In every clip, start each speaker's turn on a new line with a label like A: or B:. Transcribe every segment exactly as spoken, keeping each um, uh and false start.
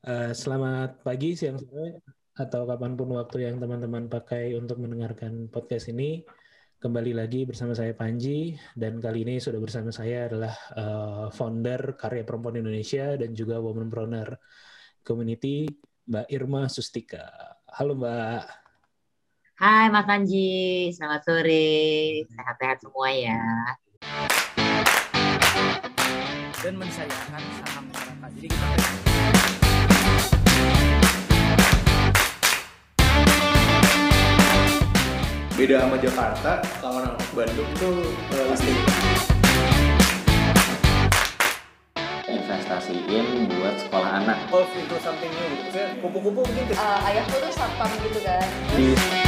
A: Uh, selamat pagi, siang, sore, atau kapanpun waktu yang teman-teman pakai untuk mendengarkan podcast ini. Kembali lagi bersama saya Panji, dan kali ini sudah bersama saya adalah uh, founder Karya Perempuan Indonesia dan juga Womanpreneur Community, Mbak Irma Sustika. Halo Mbak.
B: Hai Mas Anji, selamat sore. Sehat-sehat semua ya.
C: Dan mensayangkan saham masyarakat. Jadi kita
D: beda sama Jakarta, kalau orang Bandung tuh uh, listing.
E: Investasiin buat sekolah anak.
C: Golf into something new. Maksudnya kupu-kupu mungkin ke...
F: uh, ayahku tuh satpam gitu kan.
E: Di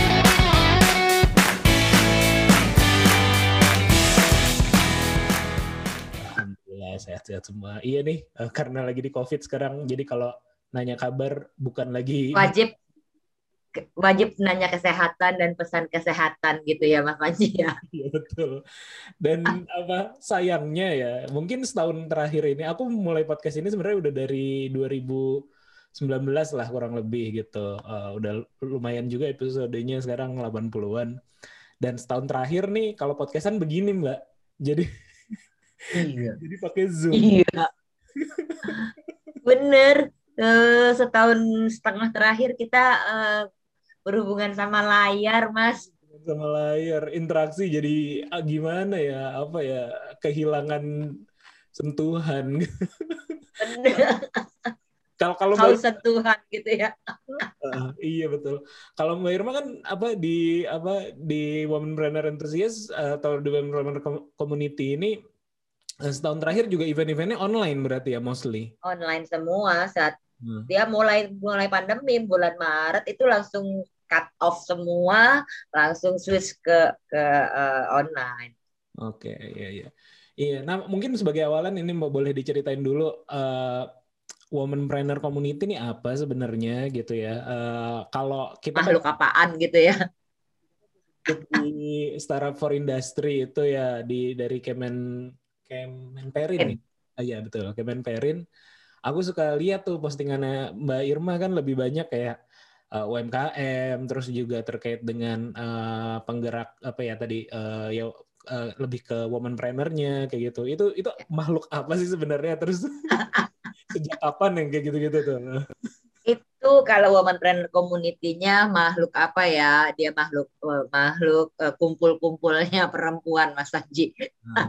A: Alhamdulillah sehat-sehat semua. Iya nih, uh, karena lagi di COVID sekarang, jadi kalau nanya kabar bukan lagi
B: Wajib wajib nanya kesehatan dan pesan kesehatan gitu ya Mas Panji ya.
A: Iya betul. Dan apa sayangnya ya, mungkin setahun terakhir ini aku mulai podcast ini sebenarnya udah dari dua ribu sembilan belas lah kurang lebih gitu. Uh, udah lumayan juga episodenya sekarang delapan puluhan. Dan setahun terakhir nih kalau podcastan begini Mbak. Jadi
B: Iya.
A: jadi pakai Zoom.
B: Iya. Bener. Uh, setahun setengah terakhir kita uh, berhubungan sama layar, Mas.
A: Sama layar, interaksi jadi ah, gimana ya, apa ya, kehilangan sentuhan.
B: Bener.
A: Kalau kalau
B: Haus sentuhan gitu ya.
A: Uh, iya betul. Kalau Mbak Irma kan apa di apa di Womanpreneur Enthusiast uh, atau di Womanpreneur Community ini uh, setahun terakhir juga event-eventnya online berarti ya mostly.
B: Online semua saat
A: Hmm.
B: dia mulai mulai pandemi bulan Maret itu langsung cut off semua, langsung switch ke ke uh, online.
A: Oke, okay, iya iya. Iya, nah mungkin sebagai awalan ini Mbak boleh diceritain dulu uh, Womanpreneur Community ini apa sebenarnya gitu ya. Uh, kalau kita
B: makhluk apaan gitu ya.
A: Di Startup for Industry itu ya di dari Kemen Kemenperin. Ah, iya betul, Kemenperin. Aku suka lihat tuh postingannya Mbak Irma kan lebih banyak kayak uh, U M K M, terus juga terkait dengan uh, penggerak apa ya tadi uh, ya uh, lebih ke womanpreneur-nya kayak gitu. Itu itu makhluk apa sih sebenarnya, terus sejak kapan yang kayak gitu-gitu tuh?
B: Itu kalau womanpreneur community-nya makhluk apa ya? Dia makhluk makhluk uh, kumpul-kumpulnya perempuan, Mas Haji. Hmm.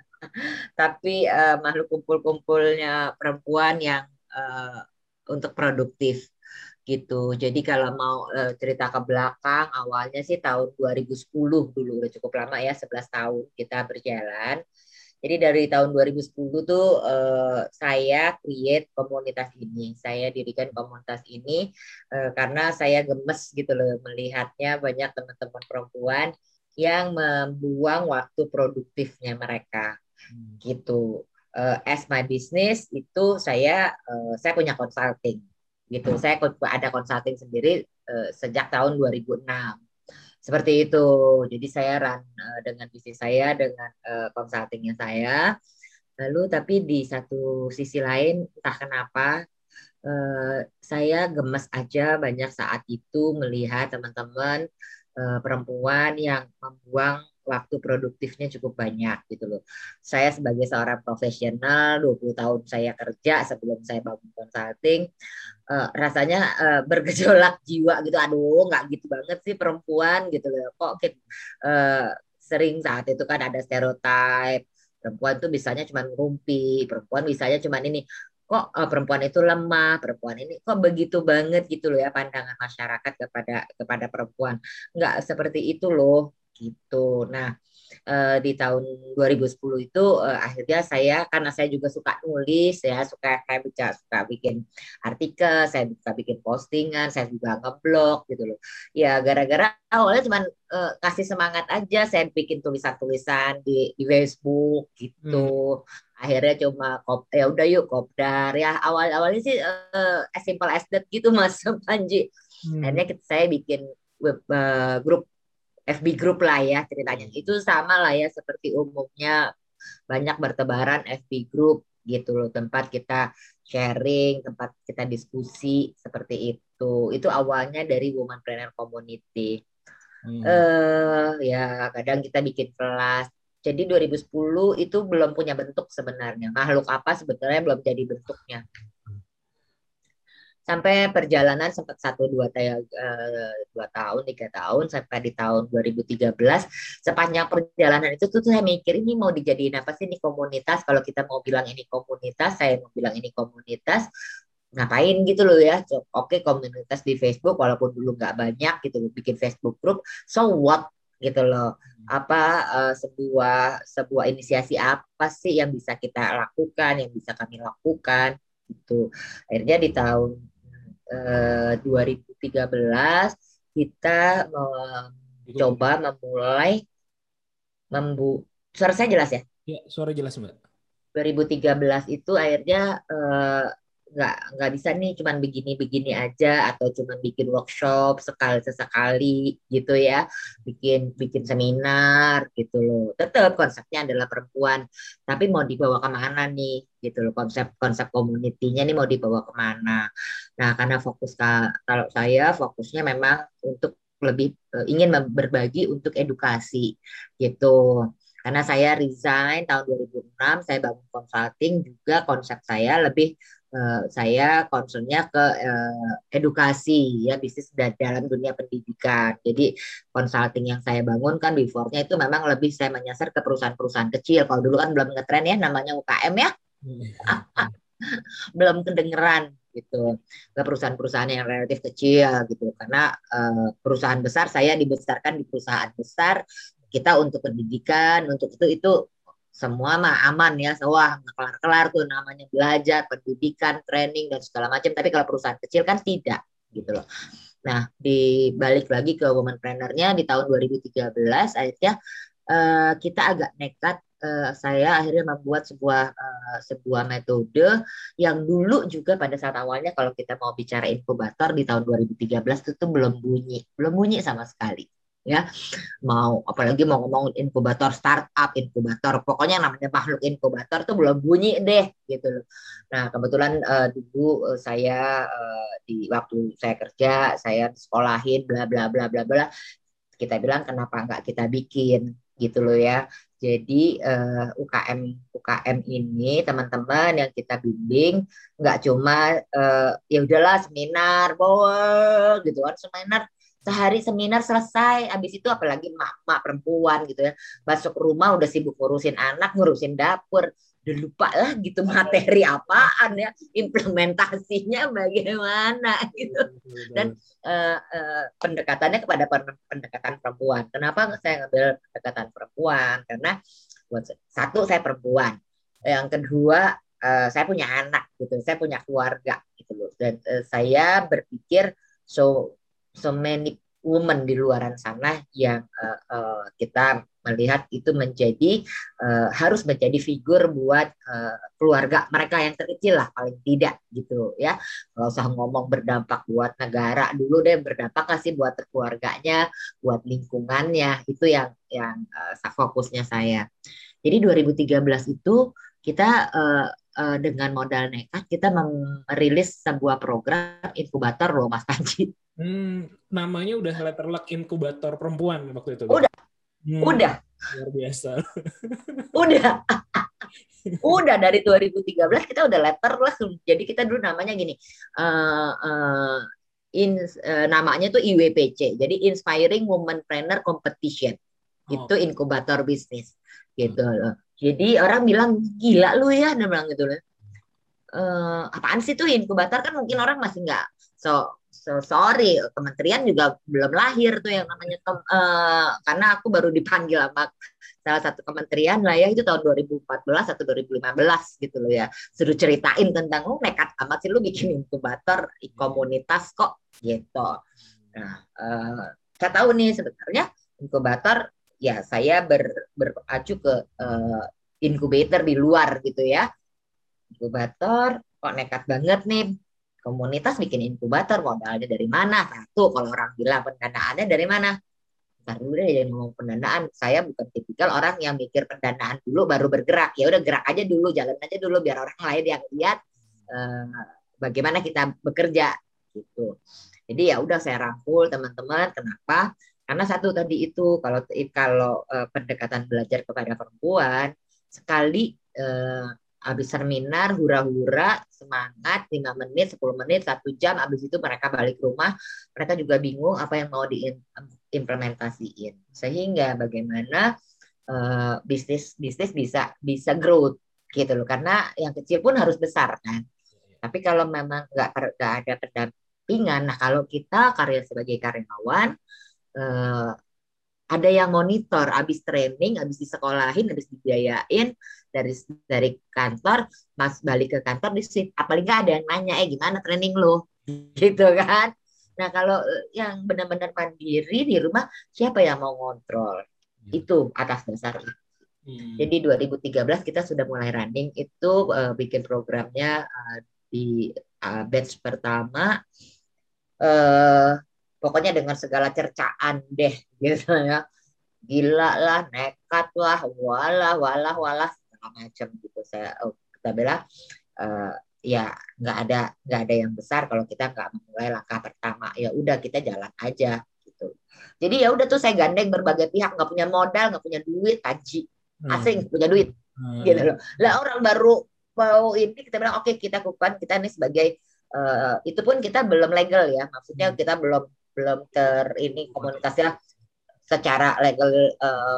B: Tapi uh, makhluk kumpul-kumpulnya perempuan yang uh, untuk produktif gitu. Jadi kalau mau uh, cerita ke belakang, awalnya sih tahun dua ribu sepuluh dulu, udah cukup lama ya, sebelas tahun kita berjalan. Jadi dari tahun dua ribu sepuluh tuh uh, saya create komunitas ini. Saya dirikan komunitas ini uh, karena saya gemes gitu loh melihatnya banyak teman-teman perempuan yang membuang waktu produktifnya mereka. Hmm. Gitu. Uh, as my business itu saya uh, saya punya consulting gitu. Saya ada consulting sendiri uh, sejak tahun dua ribu enam. Seperti itu. Jadi saya run uh, dengan bisnis saya, dengan uh, consultingnya saya. Lalu tapi di satu sisi lain entah kenapa uh, saya gemes aja banyak saat itu melihat teman-teman uh, perempuan yang membuang waktu produktifnya cukup banyak gitu loh. Saya sebagai seorang profesional, dua puluh tahun saya kerja sebelum saya bangun consulting, uh, rasanya uh, bergejolak jiwa gitu. Aduh, nggak gitu banget sih perempuan gitu loh. Kok kita, uh, sering saat itu kan ada stereotip perempuan tuh bisanya cuma ngumpi, perempuan bisanya cuma ini. Kok uh, perempuan itu lemah, perempuan ini kok begitu banget gitu loh ya pandangan masyarakat kepada kepada perempuan. Nggak seperti itu loh gitu. Nah, uh, di tahun dua ribu sepuluh itu uh, akhirnya saya karena saya juga suka nulis ya, suka kayak bicara, suka bikin artikel, saya suka bikin postingan, saya juga ngeblog gitu loh. Ya gara-gara awalnya cuma uh, kasih semangat aja, saya bikin tulisan-tulisan di di Facebook gitu. Hmm. Akhirnya cuma kop, ya udah yuk kopdar ya, awal-awalnya sih uh, as simple as that gitu Mas Panji. Hmm. Akhirnya kita, saya bikin web, uh, grup F B group lah ya ceritanya. Itu sama lah ya seperti umumnya banyak bertebaran F B group gitu loh, tempat kita sharing, tempat kita diskusi seperti itu. Itu awalnya dari Womanpreneur Community.
A: Hmm.
B: Eh ya kadang kita bikin kelas. Jadi dua ribu sepuluh itu belum punya bentuk sebenarnya. Makhluk apa sebetulnya belum jadi bentuknya. Sampai perjalanan sempat satu dua, ta- eh, dua tahun, tiga tahun, sampai di tahun dua ribu tiga belas. Sepanjang perjalanan itu tuh saya mikir ini mau dijadiin apa sih ini komunitas. Kalau kita mau bilang ini komunitas, saya mau bilang ini komunitas, ngapain gitu loh ya. So, oke komunitas di Facebook walaupun dulu nggak banyak gitu, bikin Facebook group, so what gitu loh. Apa eh, sebuah sebuah inisiasi apa sih yang bisa kita lakukan, yang bisa kami lakukan gitu. Akhirnya di tahun eh, dua ribu tiga belas kita mencoba memulai membu suara saya jelas ya.
A: Ya, suara jelas Mbak.
B: dua ribu tiga belas itu akhirnya eh, nggak nggak bisa nih cuman begini-begini aja atau cuman bikin workshop sekali sesekali gitu ya, bikin bikin seminar gitu loh. Tetap konsepnya adalah perempuan, tapi mau dibawa kemana nih gitu loh, konsep konsep komunitinya nih mau dibawa kemana. Nah karena fokus ka- kalau saya fokusnya memang untuk lebih eh, ingin mem- berbagi untuk edukasi gitu. Karena saya resign tahun dua ribu enam, saya bangun consulting juga, konsep saya lebih eh, saya concernnya ke eh, edukasi ya, bisnis da- dalam dunia pendidikan. Jadi consulting yang saya bangun kan before-nya itu memang lebih saya menyasar ke perusahaan-perusahaan kecil. Kalau dulu kan belum ngetren ya namanya U K M ya, belum kedengeran gitu, ke perusahaan-perusahaan yang relatif kecil gitu. Karena eh, perusahaan besar, saya dibesarkan di perusahaan besar, kita untuk pendidikan, untuk itu itu semua mah aman ya, semua kelar-kelar tuh namanya belajar, pendidikan, training dan segala macam. Tapi kalau perusahaan kecil kan tidak gitu loh. Nah, dibalik lagi ke womanpreneur-nya di tahun dua ribu tiga belas akhirnya eh, kita agak nekat, eh, saya akhirnya membuat sebuah eh, sebuah metode yang dulu juga pada saat awalnya kalau kita mau bicara inkubator di tahun dua ribu tiga belas itu tuh belum bunyi, belum bunyi sama sekali. Ya, mau apalagi mau ngomong inkubator startup, inkubator, pokoknya namanya makhluk inkubator tuh belum bunyi deh gitu loh. Nah, kebetulan eh, dulu eh, saya eh, di waktu saya kerja, saya sekolahin bla bla bla bla bla. Kita bilang kenapa nggak kita bikin gitu loh ya. Jadi eh, U K M U K M ini teman-teman yang kita bimbing nggak cuma eh, ya udahlah seminar, bawa gitu kan seminar sehari seminar selesai. Habis itu apalagi mak-mak perempuan gitu ya. Masuk rumah udah sibuk ngurusin anak, ngurusin dapur. Udah lupa lah gitu materi apaan ya, implementasinya bagaimana gitu. Dan uh, uh, pendekatannya kepada pendekatan perempuan. Kenapa saya ngambil pendekatan perempuan? Karena buat satu saya perempuan, yang kedua uh, saya punya anak gitu, saya punya keluarga gitu loh. Dan uh, saya berpikir so so many women di luaran sana yang uh, uh, kita melihat itu menjadi uh, harus menjadi figur buat uh, keluarga mereka yang terkecil lah paling tidak gitu ya. Kalau usah ngomong berdampak buat negara dulu deh, berdampak nggak sih buat keluarganya, buat lingkungannya, itu yang yang uh, fokusnya saya. Jadi dua ribu tiga belas itu kita uh, uh, dengan modal nekat kita merilis sebuah program inkubator loh Mas Panji.
A: Hmm, namanya udah letterluck inkubator perempuan waktu itu.
B: Udah,
A: hmm,
B: udah,
A: luar biasa.
B: udah. Udah dari dua ribu tiga belas kita udah letterless. Jadi kita dulu namanya gini, uh, uh, in, uh, namanya tuh I W P C. Jadi Inspiring Womanpreneur Competition.
A: Oh.
B: Itu inkubator bisnis gitu loh. Jadi orang bilang gila lu ya, dia bilang gitu loh. Uh, apaan sih tuh inkubator, kan mungkin orang masih nggak so so sorry, kementerian juga belum lahir tuh yang namanya uh, karena aku baru dipanggil sama salah satu kementerian lah ya, itu tahun dua ribu empat belas atau dua ribu lima belas gitu loh ya, suruh ceritain tentang lu nekat amat sih lu bikin inkubator komunitas kok gitu. Nah uh, saya tahu nih sebenarnya inkubator ya, saya ber, beracu ke uh, inkubator di luar gitu ya. Inkubator kok nekat banget nih, komunitas bikin inkubator modalnya dari mana? Satu, kalau orang bilang pendanaannya dari mana? Ntar dulu deh yang ngomong pendanaan. Saya bukan tipikal orang yang mikir pendanaan dulu baru bergerak. Ya udah gerak aja dulu, jalan aja dulu biar orang lain yang lihat uh, bagaimana kita bekerja gitu. Jadi ya udah saya rangkul teman-teman. Kenapa? Karena satu tadi itu kalau kalau uh, pendekatan belajar kepada perempuan sekali uh, habis seminar hura-hura semangat lima menit sepuluh menit satu jam habis itu mereka balik rumah mereka juga bingung apa yang mau diimplementasiin sehingga bagaimana uh, bisnis bisnis bisa bisa growth gitu loh karena yang kecil pun harus besar kan tapi kalau memang nggak nggak ada pendampingan nah kalau kita karya sebagai karyawan uh, ada yang monitor, abis training, abis disekolahin, abis dibiayain dari dari kantor, mas balik ke kantor di shift. Apalagi nggak ada yang nanya, eh gimana training lo, gitu kan? Nah kalau yang benar-benar mandiri di rumah, siapa yang mau ngontrol? Ya. Itu atas dasar itu. Hmm. Jadi dua ribu tiga belas kita sudah mulai running itu uh, bikin programnya uh, di uh, batch pertama. Uh, Pokoknya dengan segala cercaan deh gitu ya. Gila lah, nekat lah, walah, walah, walah segala macam gitu. Saya oh, kita bilang uh, ya nggak ada nggak ada yang besar kalau kita nggak memulai langkah pertama. Ya udah kita jalan aja gitu. Jadi ya udah tuh saya gandeng berbagai pihak, nggak punya modal, nggak punya duit, taji asing hmm. punya duit hmm. gitu loh. Lah orang baru mau ini kita bilang oke okay, kita kukuhan kita ini sebagai uh, itu pun kita belum legal ya. Maksudnya kita belum belum ter ini komunitasnya secara legal uh,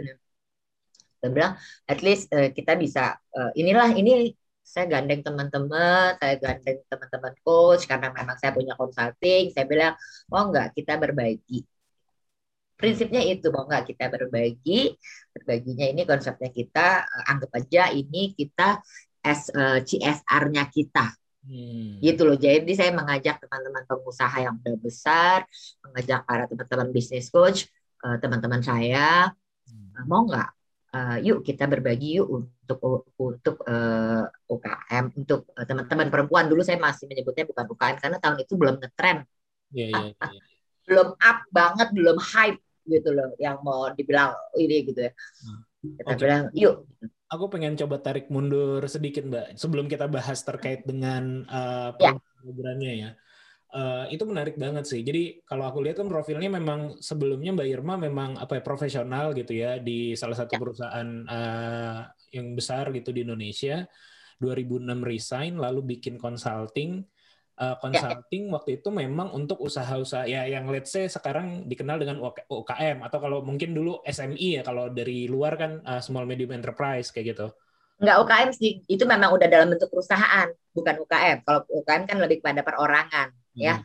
B: saya bilang at least uh, kita bisa uh, inilah ini saya gandeng teman-teman saya gandeng teman-teman coach karena memang saya punya consulting saya bilang mau nggak kita berbagi prinsipnya itu mau nggak kita berbagi berbaginya ini konsepnya kita uh, anggap aja ini kita as uh, C S R-nya kita Hmm. gitu loh. Jadi saya mengajak teman-teman pengusaha yang udah besar, mengajak para teman-teman bisnis coach, uh, teman-teman saya, uh, mau nggak? Uh, yuk kita berbagi yuk untuk untuk uh, U K M, untuk uh, teman-teman perempuan. Dulu saya masih menyebutnya bukan U K M karena tahun itu belum ngetren, yeah, yeah, yeah. belum up banget, belum hype gitu loh. Yang mau dibilang ini gitu ya. Kita okay. bilang yuk.
A: Aku pengen coba tarik mundur sedikit Mbak sebelum kita bahas terkait dengan uh, programnya ya. Uh, itu menarik banget sih. Jadi kalau aku lihat kan profilnya memang sebelumnya Mbak Irma memang apa ya profesional gitu ya di salah satu perusahaan uh, yang besar gitu di Indonesia. dua ribu enam resign lalu bikin consulting. Uh, consulting ya. Waktu itu memang untuk usaha-usaha ya yang let's say sekarang dikenal dengan U K M atau kalau mungkin dulu S M I ya kalau dari luar kan uh, small medium enterprise kayak gitu.
B: Enggak U K M sih, itu memang udah dalam bentuk perusahaan, bukan U K M. Kalau U K M kan lebih kepada perorangan hmm. ya.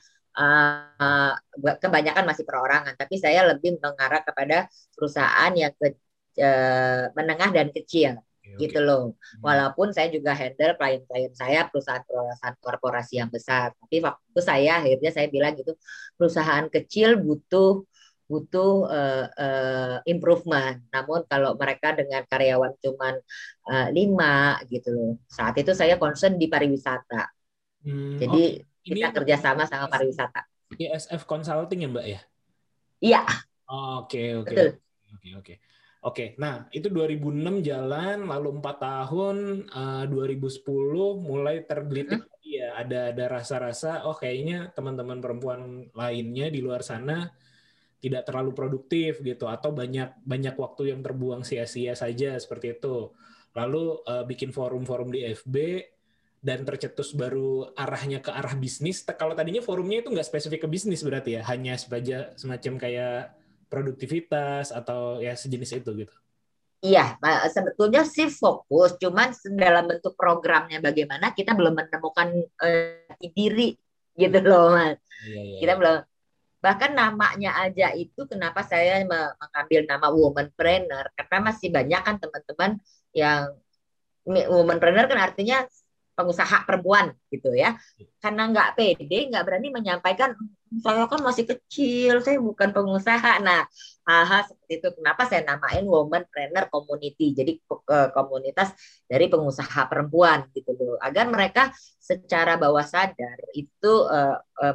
B: Uh, kebanyakan masih perorangan, tapi saya lebih mengarah kepada perusahaan yang ke, uh, menengah dan kecil. Gitu loh. Walaupun saya juga handle klien-klien saya perusahaan-perusahaan korporasi yang besar. Tapi waktu saya akhirnya saya bilang gitu, perusahaan kecil butuh butuh uh, uh, improvement. Namun kalau mereka dengan karyawan cuman uh, lima gitu loh. Saat itu saya concern di pariwisata. Hmm, Jadi okay. kita kerjasama sama pariwisata.
A: I S F Consulting ya Mbak ya?
B: Iya.
A: Oke oke oke oke. Oke, nah itu dua ribu enam jalan, lalu empat tahun, uh, dua ribu sepuluh mulai tergelitik hmm? ya ada ada rasa-rasa, oh kayaknya teman-teman perempuan lainnya di luar sana tidak terlalu produktif gitu, atau banyak banyak waktu yang terbuang sia-sia saja seperti itu. Lalu uh, bikin forum-forum di F B dan tercetus baru arahnya ke arah bisnis. Kalau tadinya forumnya itu nggak spesifik ke bisnis berarti ya, hanya saja semacam kayak produktivitas atau ya sejenis itu gitu.
B: Iya, sebetulnya sih fokus, cuman dalam bentuk programnya bagaimana kita belum menemukan uh, diri gitu loh Mas. Iya, iya. Kita belum, bahkan namanya aja itu kenapa saya mengambil nama womanpreneur karena masih banyak kan teman-teman yang womanpreneur kan artinya pengusaha perempuan gitu ya, karena nggak pede, nggak berani menyampaikan saya kan masih kecil, saya bukan pengusaha. Nah, hal-hal seperti itu kenapa saya namain Womanpreneur Community, jadi komunitas dari pengusaha perempuan gitu loh, agar mereka secara bawah sadar itu uh, uh,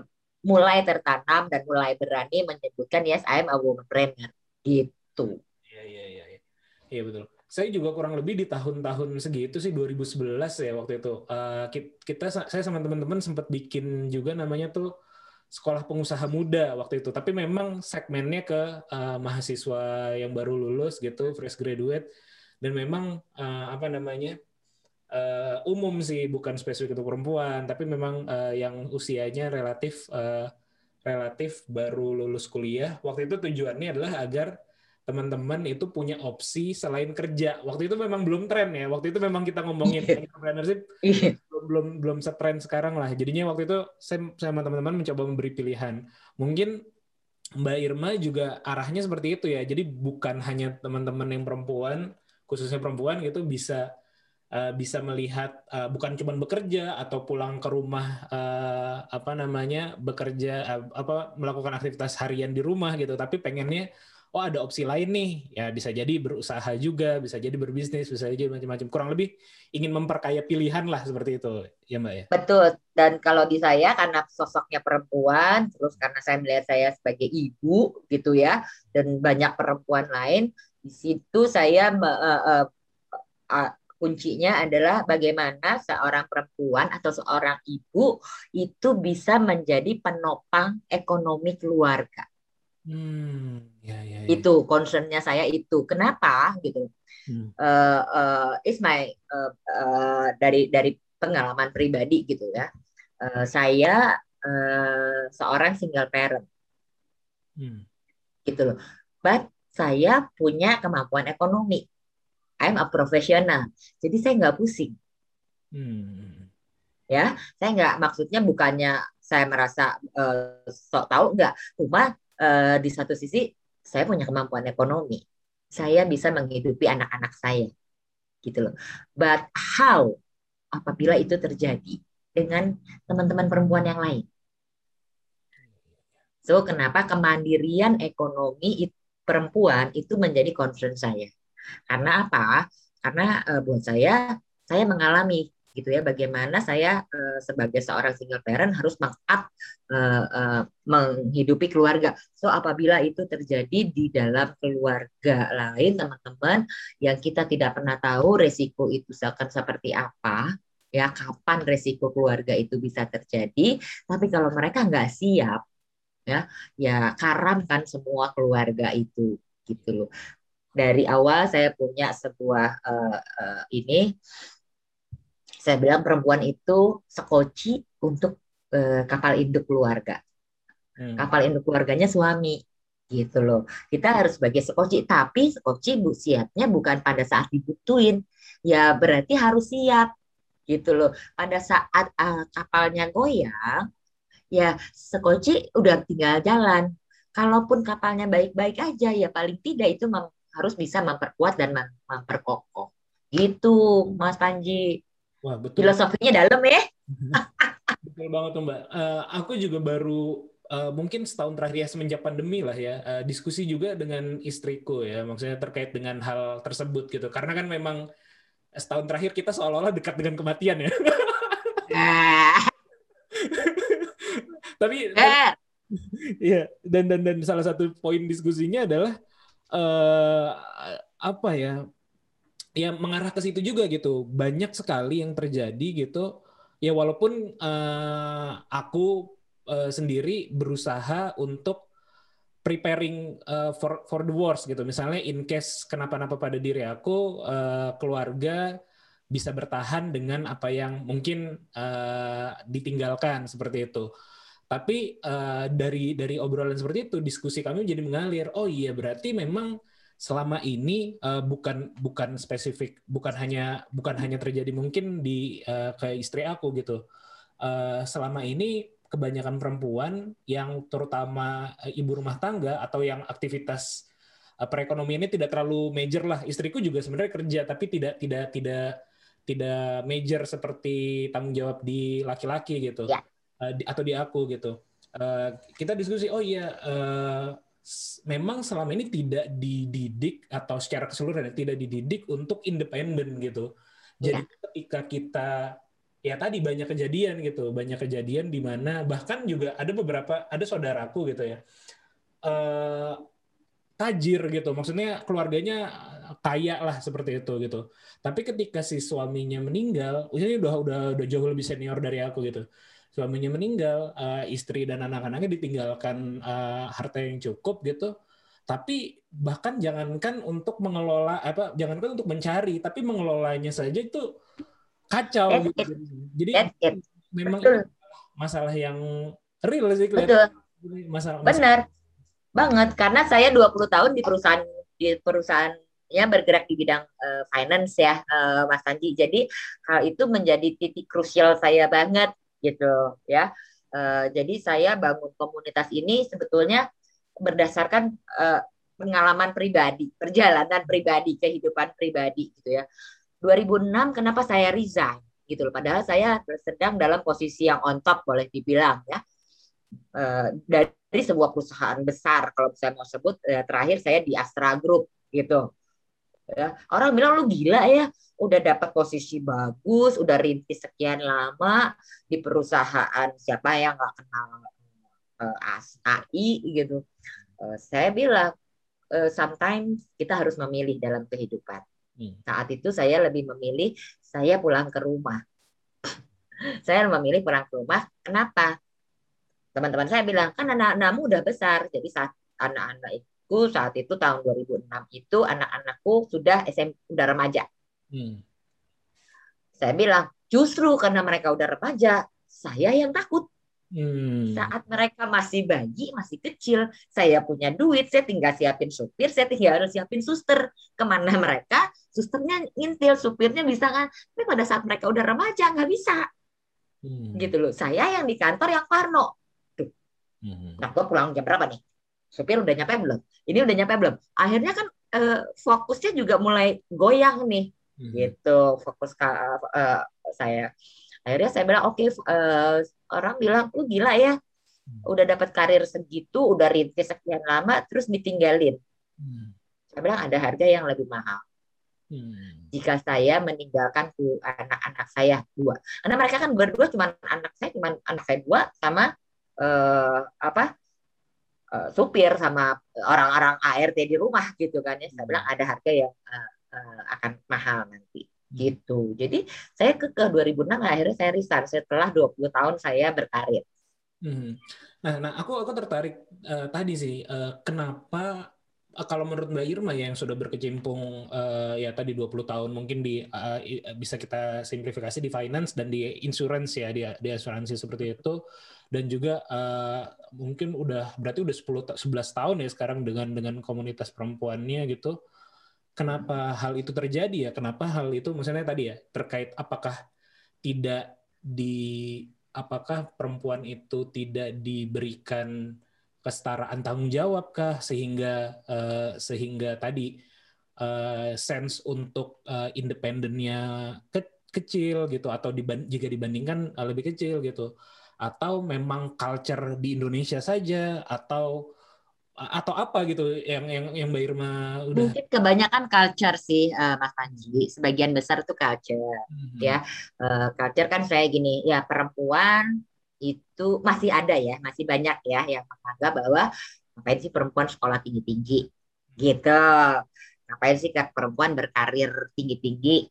B: mulai tertanam dan mulai berani menyebutkan yes I am a womanpreneur gitu.
A: Iya iya iya. Iya betul. Saya juga kurang lebih di tahun-tahun segitu sih dua ribu sebelas ya waktu itu. Uh, kita saya sama teman-teman sempat bikin juga namanya tuh sekolah pengusaha muda waktu itu. Tapi memang segmennya ke uh, mahasiswa yang baru lulus gitu, fresh graduate, dan memang uh, apa namanya uh, umum sih, bukan spesifik untuk perempuan, tapi memang uh, yang usianya relatif uh, relatif baru lulus kuliah. Waktu itu tujuannya adalah agar teman-teman itu punya opsi selain kerja. Waktu itu memang belum tren ya. Waktu itu memang kita ngomongin entrepreneurship belum belum belum setren sekarang lah. Jadinya waktu itu saya sama teman-teman mencoba memberi pilihan. Mungkin Mbak Irma juga arahnya seperti itu ya. Jadi bukan hanya teman-teman yang perempuan, khususnya perempuan gitu bisa uh, bisa melihat uh, bukan cuma bekerja atau pulang ke rumah uh, apa namanya bekerja uh, apa melakukan aktivitas harian di rumah gitu, tapi pengennya oh ada opsi lain nih, ya bisa jadi berusaha juga, bisa jadi berbisnis, bisa jadi macam-macam. Kurang lebih ingin memperkaya pilihan lah seperti itu, ya Mbak ya?
B: Betul, dan kalau di saya karena sosoknya perempuan, terus karena saya melihat saya sebagai ibu gitu ya, dan banyak perempuan lain, di situ saya uh, uh, uh, kuncinya adalah bagaimana seorang perempuan atau seorang ibu itu bisa menjadi penopang ekonomi keluarga.
A: Hmm, ya, ya, ya.
B: Itu concernnya saya itu. Kenapa gitu? Hmm. Uh, uh, is my uh, uh, dari dari pengalaman pribadi gitu ya. Uh, saya uh, seorang single parent, hmm. gitu loh. But saya punya kemampuan ekonomi. I'm a professional. Jadi saya nggak pusing. Hmm. Ya, saya nggak maksudnya bukannya saya merasa uh, sok tahu nggak. Cuma Uh, di satu sisi saya punya kemampuan ekonomi, saya bisa menghidupi anak-anak saya, gitu loh. But how apabila itu terjadi dengan teman-teman perempuan yang lain? So kenapa kemandirian ekonomi itu, perempuan itu menjadi concern saya? Karena apa? Karena uh, buat saya, saya mengalami gitu ya, bagaimana saya uh, sebagai seorang single parent harus meng-up uh, uh, menghidupi keluarga. So apabila itu terjadi di dalam keluarga lain, teman-teman, yang kita tidak pernah tahu resiko itu akan seperti apa, ya kapan resiko keluarga itu bisa terjadi. Tapi kalau mereka nggak siap, ya, ya karamkan semua keluarga itu, gitu loh. Dari awal saya punya sebuah uh, uh, ini. Saya bilang perempuan itu sekoci untuk uh, kapal induk keluarga. Hmm. Kapal induk keluarganya suami, gitu loh. Kita harus sebagai sekoci, tapi sekoci bu siapnya bukan pada saat dibutuhin. Ya berarti harus siap, gitu loh. Pada saat uh, kapalnya goyang, ya sekoci udah tinggal jalan. Kalaupun kapalnya baik-baik aja, ya paling tidak itu mem- harus bisa memperkuat dan mem- memperkokoh. Gitu, Mas Panji.
A: Wah, betul.
B: Filosofinya dalam ya.
A: Betul banget tuh Mbak. Uh, aku juga baru uh, mungkin setahun terakhir ya, semenjak pandemi lah ya, uh, diskusi juga dengan istriku ya, maksudnya terkait dengan hal tersebut gitu. Karena kan memang setahun terakhir kita seolah-olah dekat dengan kematian ya. Tapi
B: eh.
A: ya dan dan dan salah satu poin diskusinya adalah uh, apa ya? Ya mengarah ke situ juga gitu. Banyak sekali yang terjadi gitu. Ya walaupun uh, aku uh, sendiri berusaha untuk preparing uh, for for the worst gitu. Misalnya in case kenapa-napa pada diri aku, uh, keluarga bisa bertahan dengan apa yang mungkin uh, ditinggalkan seperti itu. Tapi uh, dari dari obrolan seperti itu, diskusi kami jadi mengalir. Oh iya, berarti memang selama ini uh, bukan bukan spesifik, bukan hanya bukan hanya terjadi mungkin di uh, ke istri aku gitu. Uh, selama ini kebanyakan perempuan yang terutama uh, ibu rumah tangga atau yang aktivitas uh, perekonomiannya tidak terlalu major lah. Istriku juga sebenarnya kerja tapi tidak tidak tidak tidak major seperti tanggung jawab di laki-laki gitu. Ya. Uh, di, atau di aku gitu. Uh, kita diskusi oh iya uh, memang selama ini tidak dididik atau secara keseluruhan tidak dididik untuk independen gitu. Jadi ya. Ketika kita ya tadi banyak kejadian gitu, banyak kejadian di mana bahkan juga ada beberapa, ada saudaraku gitu ya, eh, tajir gitu, maksudnya keluarganya kaya lah seperti itu gitu. Tapi ketika si suaminya meninggal, ini udah udah udah jauh lebih senior dari aku gitu. Suaminya meninggal, eh, istri dan anak-anaknya ditinggalkan eh, harta yang cukup gitu. Tapi bahkan jangankan untuk mengelola apa, jangankan untuk mencari, tapi mengelolanya saja itu kacau
B: That's
A: gitu.
B: it.
A: Jadi
B: That's it.
A: memang
B: Betul.
A: ini masalah yang real sih
B: Betul.
A: kelihatan. Masalah, masalah.
B: Benar. Banget. Karena saya dua puluh tahun di perusahaan di perusahaannya bergerak di bidang uh, finance ya, uh, Mas Anji. Jadi hal itu menjadi titik krusial saya banget gitu ya. Uh, jadi saya bangun komunitas ini sebetulnya berdasarkan uh, pengalaman pribadi, perjalanan pribadi, kehidupan pribadi gitu ya. dua ribu enam kenapa saya resign gitu loh. Padahal saya sedang dalam posisi yang on top boleh dibilang ya. Uh, dari sebuah perusahaan besar, kalau saya mau sebut uh, terakhir saya di Astra Group gitu. Ya, orang bilang lu gila ya, udah dapat posisi bagus, udah rintis sekian lama di perusahaan siapa yang nggak kenal uh, A I gitu. Uh, saya bilang uh, sometimes kita harus memilih dalam kehidupan. Hmm. Saat itu saya lebih memilih saya pulang ke rumah. Saya memilih pulang ke rumah. Kenapa? Teman-teman saya bilang, kan anak-anakmu udah besar. Jadi saat anak-anakku saat itu tahun dua ribu enam itu anak-anakku sudah S M P, udah remaja. Hmm. Saya bilang, justru karena mereka udah remaja, saya yang takut. Hmm. Saat mereka masih bayi, masih kecil, saya punya duit, saya tinggal siapin supir, saya tinggal harus siapin suster. Kemana mereka, susternya ngintil, supirnya bisa kan. Tapi pada saat mereka udah remaja, nggak bisa. Hmm. Gitu loh. Saya yang di kantor yang parno. Nah, gue pulang jam berapa nih? Supir udah nyampe belum? Ini udah nyampe belum? Akhirnya kan eh, fokusnya juga mulai goyang nih, hmm. gitu. Fokus ke eh, saya. Akhirnya saya bilang, oke, okay, eh, orang bilang, lu gila ya, udah dapat karir segitu, udah rintis sekian lama, terus ditinggalin. Hmm. Saya bilang ada harga yang lebih mahal. Hmm. Jika saya meninggalkan anak-anak saya dua, karena mereka kan berdua cuma anak saya, cuma anak saya dua sama Uh, apa uh, supir sama orang-orang A R T di rumah gitu kan ya. Saya bilang ada harga yang uh, uh, akan mahal nanti gitu. Jadi saya ke, ke dua ribu enam akhirnya saya resign setelah dua puluh tahun saya berkarir.
A: Hmm. Nah, nah aku aku tertarik uh, tadi sih uh, kenapa uh, kalau menurut Mbak Irma ya, yang sudah berkecimpung uh, ya tadi dua puluh tahun mungkin di uh, bisa kita simplifikasi di finance dan di insurance ya, di, di asuransi seperti itu. Dan juga uh, mungkin udah berarti udah sepuluh sebelas tahun ya sekarang dengan dengan komunitas perempuannya gitu. Kenapa hal itu terjadi ya? Kenapa hal itu misalnya tadi ya terkait apakah tidak di apakah perempuan itu tidak diberikan kesetaraan tanggung jawab kah sehingga uh, sehingga tadi uh, sense untuk uh, independennya ke- kecil gitu, atau diban- jika dibandingkan uh, lebih kecil gitu. Atau memang culture di Indonesia saja, atau atau apa gitu yang yang yang Mbak Irma udah.
B: Mungkin kebanyakan culture sih, uh, Mas Panji. Sebagian besar tuh culture, mm-hmm. ya. Uh, culture kan saya gini, ya perempuan itu masih ada ya, masih banyak ya yang menganggap bahwa ngapain sih perempuan sekolah tinggi-tinggi, gitu. Ngapain sih kan perempuan berkarir tinggi-tinggi,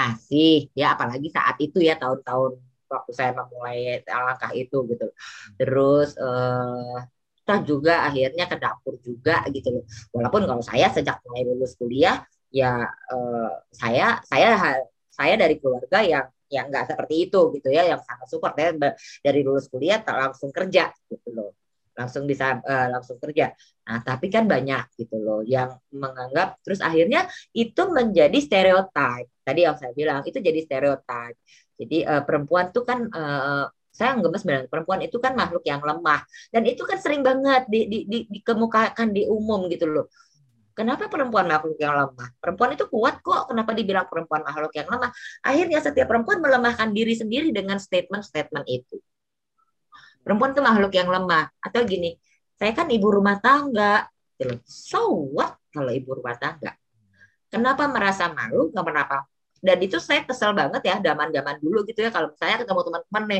B: masih ya, apalagi saat itu ya tahun-tahun waktu saya memulai langkah itu gitu. Terus eh, kita juga akhirnya ke dapur juga gitu loh. Walaupun kalau saya sejak mulai lulus kuliah ya eh, saya saya saya dari keluarga yang yang nggak seperti itu gitu ya, yang sangat support ya, dari lulus kuliah langsung kerja gitu loh. Langsung bisa uh, langsung kerja. Nah, tapi kan banyak gitu loh yang menganggap, terus akhirnya itu menjadi stereotip. Tadi yang saya bilang itu jadi stereotip. Jadi uh, perempuan tuh kan uh, saya ngemes bilang perempuan itu kan makhluk yang lemah, dan itu kan sering banget di, di, di, dikemukakan di umum gitu loh. Kenapa perempuan makhluk yang lemah? Perempuan itu kuat kok. Kenapa dibilang perempuan makhluk yang lemah? Akhirnya setiap perempuan melemahkan diri sendiri dengan statement-statement itu. Perempuan itu makhluk yang lemah. Atau gini, saya kan ibu rumah tangga. So what kalau ibu rumah tangga? Kenapa merasa malu? Kenapa Dan itu saya kesel banget ya, zaman-zaman dulu gitu ya, kalau saya ketemu teman-teman nih,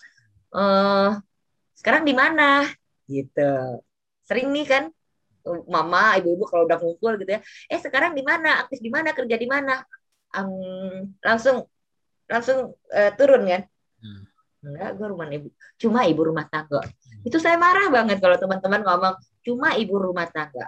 B: eh sekarang di mana? Gitu. Sering nih kan, mama, ibu-ibu kalau udah ngumpul gitu ya, eh sekarang di mana? Aktif di mana? Kerja di mana? Um, langsung langsung uh, turun kan? Hmm. Enggak, gue rumah ibu. Cuma ibu rumah tangga. Hmm. Itu saya marah banget kalau teman-teman ngomong cuma ibu rumah tangga.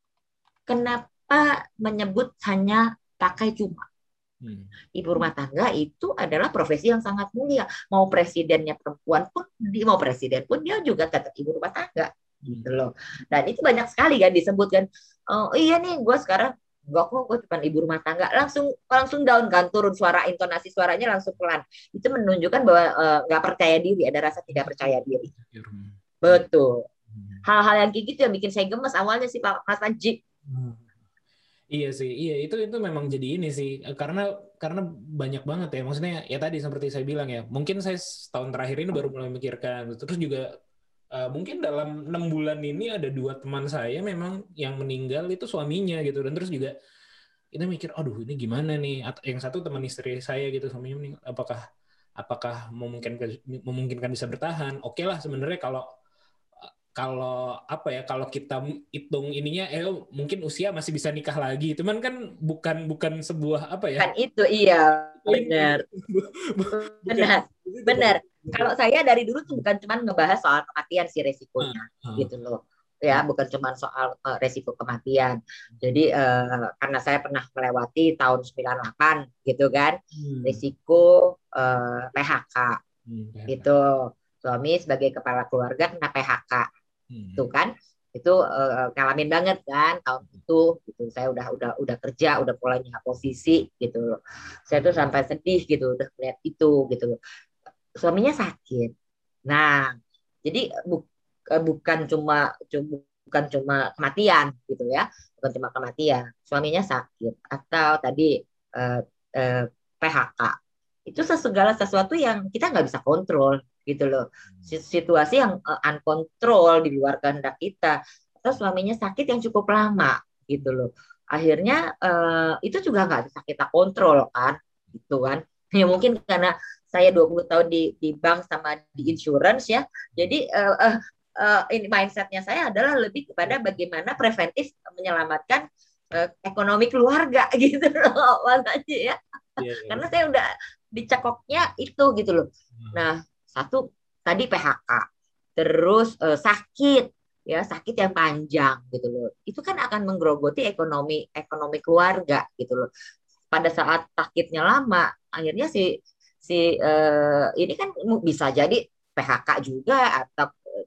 B: Kenapa menyebut hanya pakai cuma? Hmm. Ibu rumah tangga itu adalah profesi yang sangat mulia. Mau presidennya perempuan pun, mau presiden pun dia juga tetap ibu rumah tangga. Gitu loh. Dan itu banyak sekali kan disebutkan. Oh iya nih, gue sekarang enggak kok, gue cuma ibu rumah tangga. Langsung langsung down kan, turun suara, intonasi suaranya langsung pelan. Itu menunjukkan bahwa nggak uh, percaya diri, ada rasa tidak percaya diri. Betul. Hal-hal yang kayak gitu yang bikin saya gemes awalnya sih Pak Mas Anji.
A: Hmm. Iya sih, iya itu itu memang jadi ini sih, karena karena banyak banget ya, maksudnya ya tadi seperti saya bilang ya, mungkin saya setahun terakhir ini baru mulai memikirkan, terus juga uh, mungkin dalam enam bulan ini ada dua teman saya memang yang meninggal itu suaminya gitu, dan terus juga kita mikir, aduh ini gimana nih, yang satu teman istri saya gitu suaminya meninggal, apakah apakah memungkinkan memungkinkan bisa bertahan? Oke lah sebenarnya kalau kalau apa ya kalau kita hitung ininya eh mungkin usia masih bisa nikah lagi, cuman kan bukan bukan sebuah apa ya,
B: kan itu iya benar benar benar kalau saya dari dulu tuh bukan cuma ngebahas soal kematian sih resikonya uh, uh. gitu loh ya, bukan cuma soal uh, resiko kematian. Jadi uh, karena saya pernah melewati tahun sembilan puluh delapan gitu kan, hmm. resiko uh, P H K hmm, gitu, suami sebagai kepala keluarga kena P H K. Hmm. Tuh kan itu uh, ngalamin banget kan tahun itu gitu. Saya udah udah udah kerja, udah mulai punya posisi gitu loh. Saya tuh sampai sedih gitu udah melihat itu gitu loh. Suaminya sakit. Nah, jadi bu, uh, bukan cuma cuma bukan cuma kematian gitu ya. Bukan cuma kematian, suaminya sakit atau tadi uh, uh, P H K. Itu segala sesuatu yang kita nggak bisa kontrol gitu loh, situasi yang uh, uncontrol di luar kehendak kita, atau suaminya sakit yang cukup lama gitu loh, akhirnya uh, itu juga nggak bisa kita kontrol kan gitu kan ya, mungkin karena saya dua puluh tahun di di bank sama di insurance ya, jadi uh, uh, uh, ini mindsetnya saya adalah lebih kepada bagaimana preventif menyelamatkan uh, ekonomi keluarga gitu loh makanya ya, yeah, yeah. Karena saya udah dicekoknya itu gitu loh. Nah, satu tadi P H K, terus eh, sakit ya, sakit yang panjang gitu loh. Itu kan akan menggerogoti ekonomi ekonomi keluarga gitu loh. Pada saat sakitnya lama, akhirnya si si eh, ini kan bisa jadi P H K juga atau eh,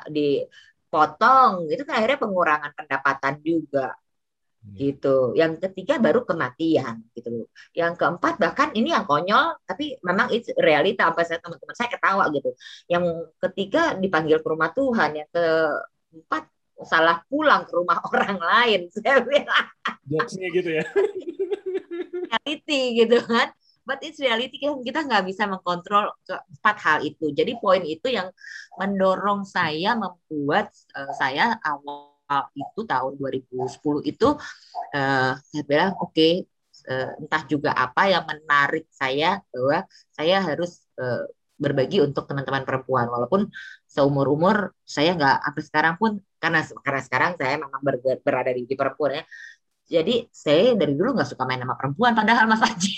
B: dipotong, itu kan akhirnya pengurangan pendapatan juga. Gitu. Yang ketiga baru kematian gitu loh. Yang keempat bahkan ini yang konyol tapi memang itu realita, sampai saya teman-teman saya ketawa gitu. Yang ketiga dipanggil ke rumah Tuhan, yang keempat salah pulang ke rumah orang lain. Saya bilang
A: jokesnya gitu ya.
B: Reality gitu kan. But it's reality, kita nggak bisa mengkontrol keempat hal itu. Jadi poin itu yang mendorong saya membuat uh, saya awal itu tahun dua ribu sepuluh itu uh, saya bilang oke okay, uh, entah juga apa yang menarik saya bahwa saya harus uh, berbagi untuk teman-teman perempuan, walaupun seumur-umur saya nggak sampai sekarang pun, karena karena sekarang saya memang ber, berada di, di perempuan ya, jadi saya dari dulu nggak suka main sama perempuan padahal Mas Aji.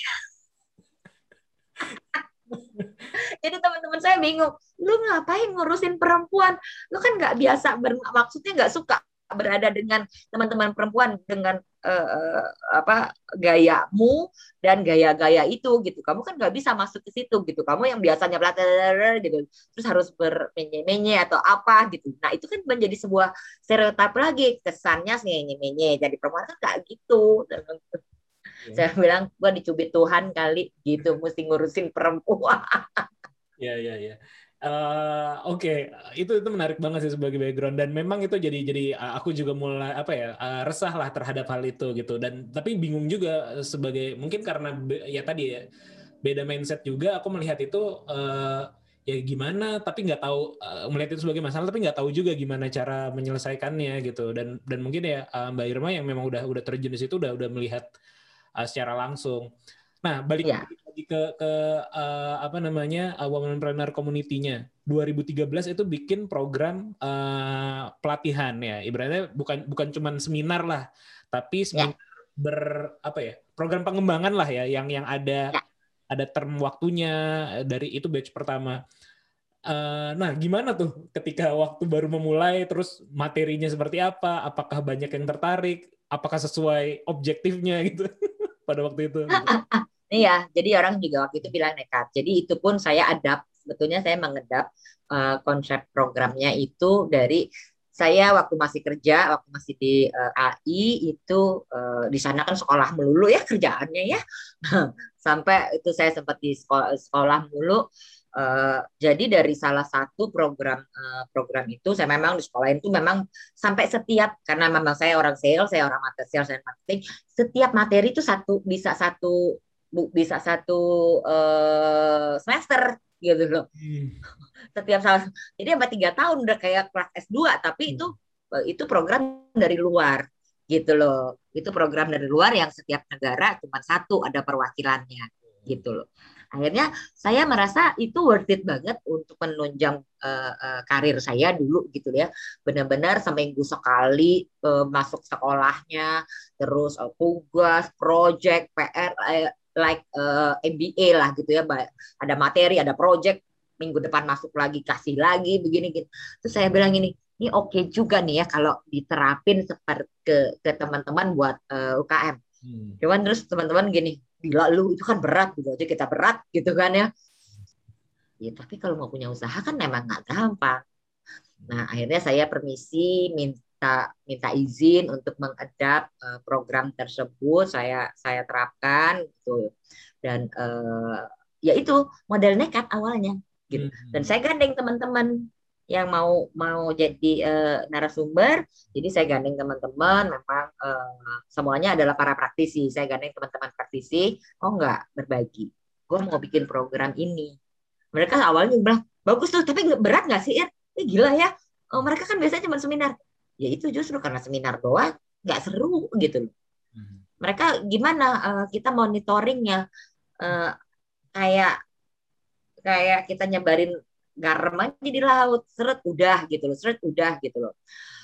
B: Jadi teman-teman saya bingung, lu ngapain ngurusin perempuan, lu kan nggak biasa ber, maksudnya nggak suka berada dengan teman-teman perempuan dengan uh, apa gayamu dan gaya-gaya itu gitu, kamu kan nggak bisa masuk ke situ gitu, kamu yang biasanya belajar gitu terus harus bermenye-menye atau apa gitu. Nah itu kan menjadi sebuah stereotip lagi, kesannya menye-menye jadi perempuan kan nggak gitu. Ya. Saya bilang gua dicubit Tuhan kali gitu, mesti ngurusin perempuan.
A: Ya ya ya. Uh, Oke, okay. itu itu menarik banget sih sebagai background, dan memang itu jadi jadi aku juga mulai apa ya uh, resah lah terhadap hal itu gitu, dan tapi bingung juga sebagai mungkin karena ya tadi ya beda mindset juga, aku melihat itu uh, ya gimana, tapi nggak tahu uh, melihat itu sebagai masalah tapi nggak tahu juga gimana cara menyelesaikannya gitu, dan dan mungkin ya uh, Mbak Irma yang memang udah udah terjun di situ udah udah melihat uh, secara langsung. Nah, balik
B: Ya.
A: lagi ke ke uh, apa namanya uh, Womenpreneur Community-nya. dua ribu tiga belas itu bikin program uh, pelatihan ya. Ibaratnya bukan bukan cuma seminar lah, tapi seminar
B: Ya.
A: ber apa ya? Program pengembangan lah ya yang yang ada
B: Ya.
A: ada term waktunya dari itu batch pertama. Uh, nah, gimana tuh ketika waktu baru memulai, terus materinya seperti apa? Apakah banyak yang tertarik? Apakah sesuai objektifnya gitu pada waktu itu? Gitu.
B: Iya, jadi orang juga waktu itu bilang nekat. Jadi itu pun saya adapt. Sebetulnya saya mengedap uh, konsep programnya itu dari saya waktu masih kerja, waktu masih di uh, A I itu uh, di sana kan sekolah melulu ya kerjaannya ya. Sampai itu saya sempat di sekolah, sekolah mulu. Uh, jadi dari salah satu program uh, program itu saya memang di sekolah itu memang sampai setiap karena memang saya orang sales, saya orang marketing, sales dan marketing, setiap materi itu satu bisa satu bisa satu uh, semester gitu loh. Hmm. Setiap salah jadi sampai tiga tahun udah kayak kelas S dua tapi hmm. itu itu program dari luar gitu loh. Itu program dari luar yang setiap negara cuma satu ada perwakilannya gitu loh. Akhirnya saya merasa itu worth it banget untuk menunjang uh, uh, karir saya dulu gitu ya. Benar-benar seminggu sekali uh, masuk sekolahnya, terus uh, tugas, project, P R, uh, like uh, M B A lah gitu ya. Ada materi, ada project, minggu depan masuk lagi, kasih lagi, begini gitu. Terus saya bilang ini, ini oke okay juga nih ya kalau diterapin seperti ke, ke teman-teman buat uh, U K M. Hmm. Cuman terus teman-teman gini, gila lu itu kan berat gitu aja kita berat gitu kan ya. Ya tapi kalau mau punya usaha kan memang nggak gampang. Nah akhirnya saya permisi minta minta izin untuk mengadap uh, program tersebut saya saya terapkan gitu dan uh, ya itu model nekat awalnya gitu. Dan saya gandeng teman-teman yang mau mau jadi uh, narasumber, jadi saya gandeng teman-teman, memang uh, semuanya adalah para praktisi, saya gandeng teman-teman praktisi, oh enggak berbagi, gue mau bikin program ini, mereka awalnya bilang bagus tuh, tapi berat nggak sih, Ir? Eh, gila ya, oh, mereka kan biasanya cuma seminar, ya itu justru karena seminar doang nggak seru gitu loh, mereka gimana uh, kita monitoringnya uh, kayak kayak kita nyebarin garam aja di laut, seret udah gitu loh, seret udah gitu loh.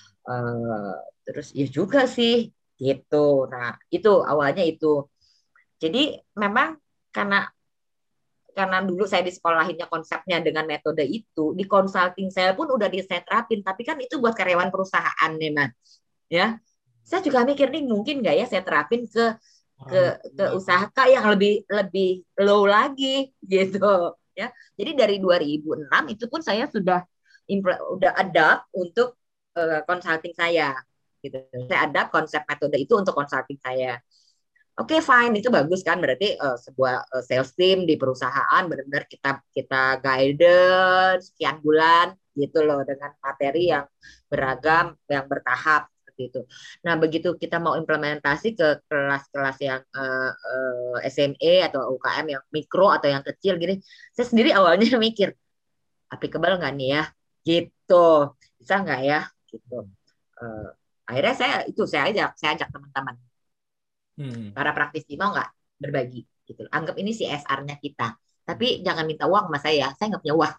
B: Uh, terus ya juga sih gitu. Nah itu awalnya itu. Jadi memang karena karena dulu saya di sekolahinnya konsepnya dengan metode itu, di consulting saya pun udah di saya terapin. Tapi kan itu buat karyawan perusahaan nih mas. Ya, saya juga mikir nih mungkin nggak ya saya terapin ke ke ke usaha yang lebih lebih low lagi gitu. Ya, jadi dari dua ribu enam itu pun saya sudah udah adapt untuk uh, consulting saya, gitu. Saya adapt konsep metode itu untuk consulting saya. Oke, okay, fine, itu bagus kan, berarti uh, sebuah uh, sales team di perusahaan benar-benar kita kita guidance sekian bulan, gitu loh, dengan materi yang beragam, yang bertahap. Itu. Nah begitu kita mau implementasi ke kelas-kelas yang uh, uh, S M E atau U K M yang mikro atau yang kecil gini, saya sendiri awalnya mikir applicable nggak nih ya, gitu, bisa nggak ya, gitu. Uh, akhirnya saya itu saya ajak, saya ajak teman-teman, hmm. para praktisi mau nggak berbagi, gitu. Anggap ini C S R-nya kita, tapi jangan minta uang sama saya, saya nggak punya uang.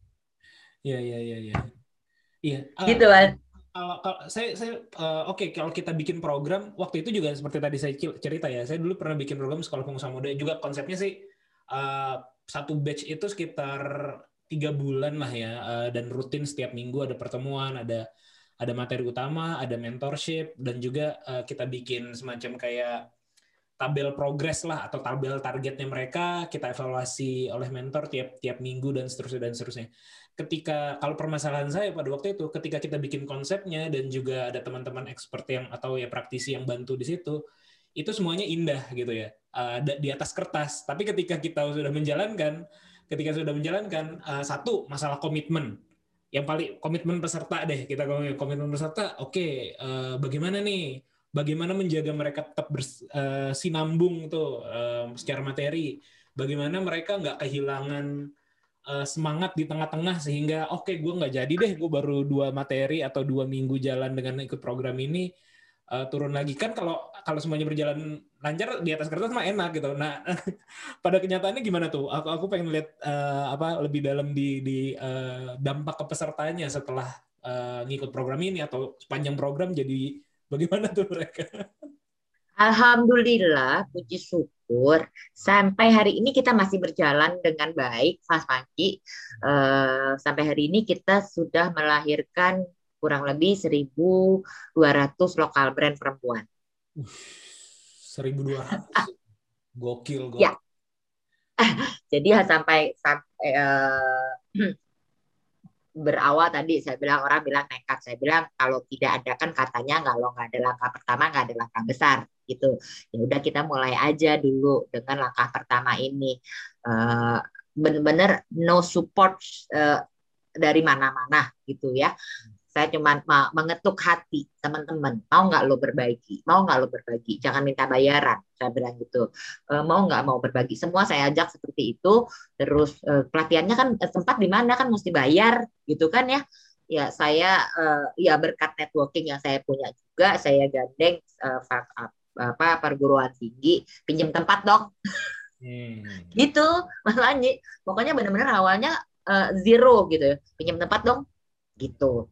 A: Iya iya iya iya. Iya.
B: Gitu kan.
A: Kalau, kalau saya, saya uh, oke okay, kalau kita bikin program waktu itu juga seperti tadi saya cerita ya, saya dulu pernah bikin program sekolah pengusaha muda juga, konsepnya sih uh, satu batch itu sekitar tiga bulan lah ya, uh, dan rutin setiap minggu ada pertemuan, ada ada materi utama, ada mentorship, dan juga uh, kita bikin semacam kayak tabel progres lah atau tabel targetnya mereka, kita evaluasi oleh mentor tiap tiap minggu dan seterusnya dan seterusnya. Ketika kalau permasalahan saya pada waktu itu, ketika kita bikin konsepnya dan juga ada teman-teman expert yang atau ya praktisi yang bantu di situ, itu semuanya indah gitu ya, uh, di atas kertas. Tapi ketika kita sudah menjalankan, ketika sudah menjalankan uh, satu masalah komitmen, yang paling komitmen peserta deh kita ngomongin komitmen peserta. Oke, okay, uh, bagaimana nih? Bagaimana menjaga mereka tetap bersinambung uh, tuh uh, secara materi? Bagaimana mereka nggak kehilangan uh, semangat di tengah-tengah sehingga oke okay, gue nggak jadi deh, gue baru dua materi atau dua minggu jalan dengan ikut program ini, uh, turun lagi kan kalau kalau semuanya berjalan lancar di atas kertas mah enak gitu. Nah, pada kenyataannya gimana tuh? Aku aku pengen lihat uh, apa lebih dalam di di uh, dampak ke pesertanya setelah uh, ngikut program ini atau sepanjang program jadi bagaimana tuh mereka?
B: Alhamdulillah, puji syukur, sampai hari ini kita masih berjalan dengan baik, Mas Panji. Eh, sampai hari ini kita sudah melahirkan kurang lebih seribu dua ratus lokal brand perempuan.
A: seribu dua ratus Gokil, gokil.
B: Ya, jadi sampai sampai eh, berawal tadi saya bilang orang bilang nekat, saya bilang kalau tidak ada kan katanya kalau nggak ada langkah pertama nggak ada langkah besar gitu. Ya udah kita mulai aja dulu dengan langkah pertama ini. Uh, bener-bener no support uh, dari mana-mana gitu ya. Saya cuma mengetuk hati teman-teman, mau nggak lo berbagi, mau nggak lo berbagi, jangan minta bayaran, saya bilang gitu. E, mau nggak mau berbagi, semua saya ajak seperti itu. Terus e, pelatihannya kan tempat di mana kan mesti bayar, gitu kan ya. Ya saya e, ya berkat networking yang saya punya juga, saya gandeng e, apa perguruan tinggi, pinjam tempat dong, hmm. gitu Mas Lanji. Pokoknya benar-benar awalnya e, zero gitu, pinjam tempat dong, gitu.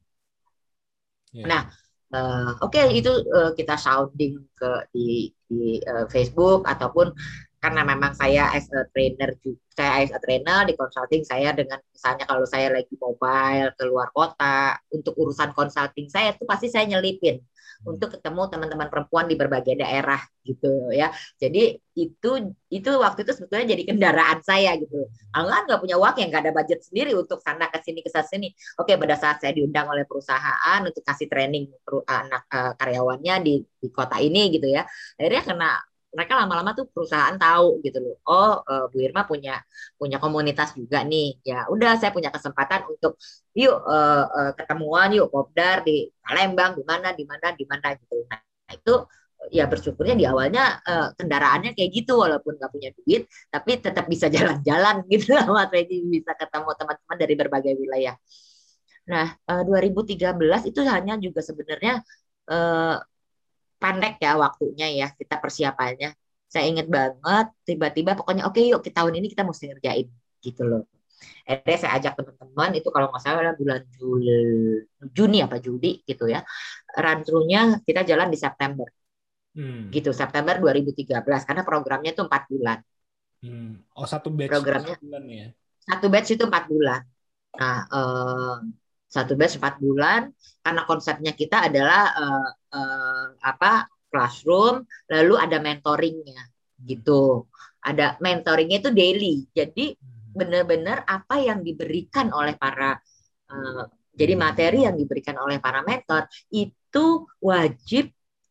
B: Nah, uh, oke okay, itu uh, kita sounding ke di, di uh, Facebook ataupun karena memang saya as a trainer juga, saya as a trainer di consulting saya dengan misalnya kalau saya lagi mobile keluar kota untuk urusan consulting saya itu pasti saya nyelipin hmm. untuk ketemu teman-teman perempuan di berbagai daerah gitu ya. Jadi itu itu waktu itu sebetulnya jadi kendaraan saya gitu. Enggak nggak punya uang yang nggak ada budget sendiri untuk sana ke sini ke sana sini. Oke, pada saat saya diundang oleh perusahaan untuk kasih training anak uh, karyawannya di di kota ini gitu ya. Akhirnya kena mereka lama-lama tuh perusahaan tahu gitu loh. Oh, uh, Bu Irma punya punya komunitas juga nih. Ya, udah saya punya kesempatan untuk yuk uh, uh, ketemuan yuk kopdar di Palembang di mana di mana di mana gitu. Nah, itu ya bersyukurnya di awalnya uh, kendaraannya kayak gitu walaupun nggak punya duit tapi tetap bisa jalan-jalan gitu lah Mas Regi, bisa ketemu teman-teman dari berbagai wilayah. Nah, uh, dua ribu tiga belas itu hanya juga sebenarnya uh, pendek ya waktunya ya kita persiapannya. Saya ingat banget tiba-tiba pokoknya oke okay, yuk kita tahun ini kita mesti ngerjain gitu loh. Akhirnya saya ajak teman-teman itu kalau nggak salah bulan Juli, Juni apa Juli gitu ya. Run through-nya kita jalan di September. Hmm. Gitu September dua ribu tiga belas karena programnya itu empat bulan.
A: Hmm. Oh satu batch
B: programnya
A: bulan ya.
B: Satu batch itu empat bulan. Nah, eh, satu batch empat bulan karena konsepnya kita adalah uh, uh, apa classroom lalu ada mentoringnya gitu, ada mentoringnya itu daily jadi benar-benar apa yang diberikan oleh para uh, jadi materi yang diberikan oleh para mentor itu wajib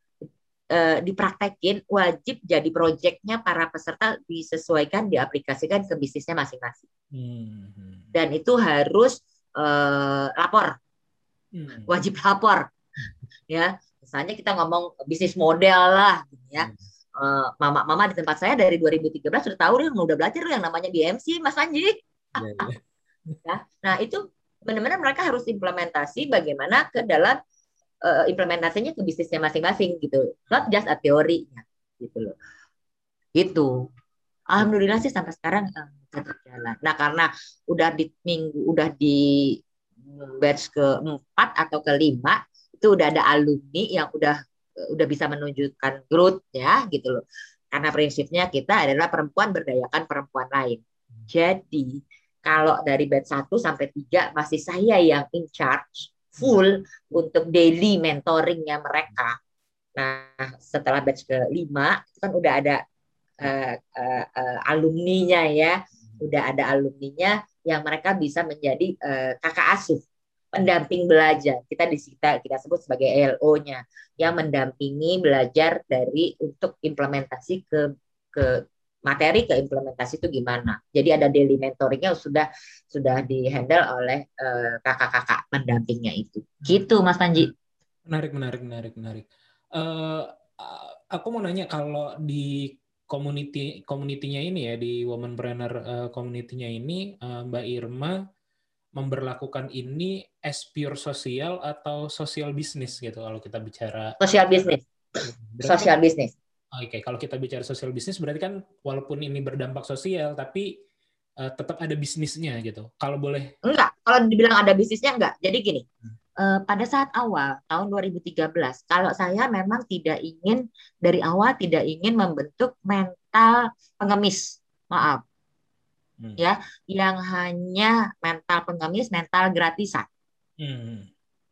B: uh, dipraktekin, wajib jadi proyeknya para peserta disesuaikan diaplikasikan ke bisnisnya masing-masing dan itu harus Uh, lapor, hmm. wajib lapor, ya. Misalnya kita ngomong bisnis model lah, ya. Uh, mama-mama di tempat saya dari dua ribu tiga belas sudah tahu nih, udah belajar yang namanya B M C, Mas Anji. Ya, ya. Ya. Nah itu benar-benar mereka harus implementasi bagaimana ke dalam uh, implementasinya ke bisnisnya masing-masing gitu, not just a teorinya, gitu loh. Gitu. Alhamdulillah sih sampai sekarang uh, berjalan. Nah karena udah di minggu udah di batch keempat atau kelima itu udah ada alumni yang udah udah bisa menunjukkan growth ya gitu loh. Karena prinsipnya kita adalah perempuan berdayakan perempuan lain. Jadi kalau dari batch satu sampai tiga masih saya yang in charge full untuk daily mentoringnya mereka. Nah setelah batch kelima itu kan udah ada Uh, uh, uh, alumninya ya, udah ada alumninya yang mereka bisa menjadi uh, kakak asuh, pendamping belajar. Kita di kita kita sebut sebagai L O-nya yang mendampingi belajar dari untuk implementasi ke ke materi ke implementasi itu gimana. Jadi ada daily mentoringnya sudah sudah dihandle oleh uh, kakak-kakak pendampingnya itu. Gitu Mas Panji.
A: Menarik menarik menarik menarik. Uh, aku mau nanya kalau di community community-nya ini ya di Womanpreneur uh, community-nya ini uh, Mbak Irma memberlakukan ini as pure sosial atau sosial bisnis gitu kalau kita bicara
B: sosial bisnis.
A: Berarti
B: Sosial
A: kan,
B: bisnis.
A: oke, kalau kita bicara sosial bisnis berarti kan walaupun ini berdampak sosial, tapi uh, tetap ada bisnisnya gitu. Kalau boleh.
B: Enggak, kalau dibilang ada bisnisnya enggak. Jadi gini, eh, pada saat awal tahun dua ribu tiga belas, kalau saya memang tidak ingin dari awal tidak ingin membentuk mental pengemis, maaf,
A: Hmm.
B: ya, yang hanya mental pengemis, mental gratisan.
A: Hmm.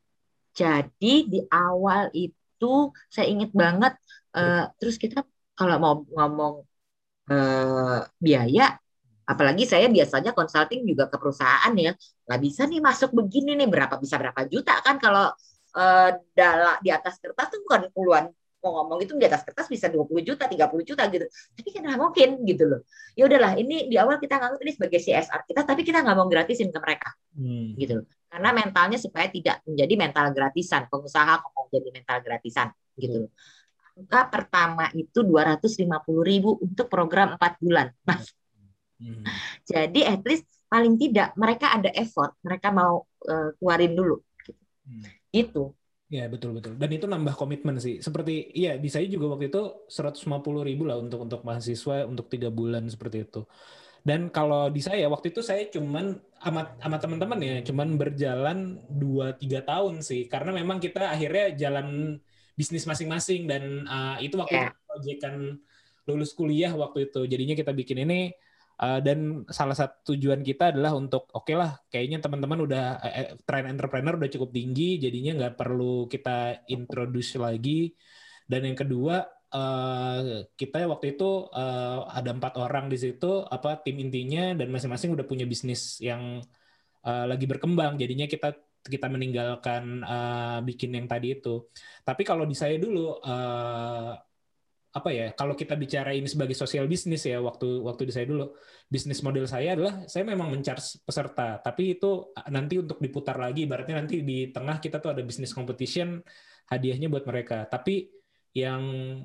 B: Jadi di awal itu saya ingat banget, eh, terus kita kalau mau ngomong eh, biaya, apalagi saya biasanya consulting juga ke perusahaan ya, nggak bisa nih masuk begini nih, berapa bisa berapa juta kan kalau eh, dala, di atas kertas tuh bukan puluhan, mau ngomong itu di atas kertas bisa dua puluh juta, tiga puluh juta gitu. Tapi kan nggak mungkin gitu loh. Ya udahlah, ini di awal kita nganggap ini sebagai C S R kita, tapi kita nggak mau gratisin ke mereka
A: Hmm.
B: gitu loh. Karena mentalnya supaya tidak menjadi mental gratisan, pengusaha mau jadi mental gratisan gitu loh. Angka pertama itu dua ratus lima puluh ribu untuk program empat bulan, Mas.
A: Hmm.
B: Jadi at least paling tidak mereka ada effort, mereka mau uh, keluarin dulu. Gitu.
A: Hmm.
B: Itu.
A: Ya betul betul. Dan itu nambah komitmen sih. Seperti iya di saya juga waktu itu seratus lima puluh ribu lah untuk untuk mahasiswa untuk tiga bulan seperti itu. Dan kalau di saya waktu itu saya cuman sama sama teman-teman ya cuman berjalan dua tiga tahun sih karena memang kita akhirnya jalan bisnis masing-masing dan uh, itu waktu
B: Yeah.
A: itu proyekan lulus kuliah waktu itu. Jadinya kita bikin ini uh, dan salah satu tujuan kita adalah untuk oke okay lah kayaknya teman-teman udah eh, tren entrepreneur udah cukup tinggi jadinya nggak perlu kita introduce lagi. Dan yang kedua Uh, kita waktu itu uh, ada empat orang di situ apa tim intinya dan masing-masing udah punya bisnis yang uh, lagi berkembang jadinya kita kita meninggalkan uh, bikin yang tadi itu. Tapi kalau di saya dulu uh, apa ya kalau kita bicara ini sebagai sosial bisnis ya waktu waktu di saya dulu bisnis model saya adalah saya memang men-charge peserta tapi itu nanti untuk diputar lagi ibaratnya nanti di tengah kita tuh ada bisnis competition hadiahnya buat mereka tapi yang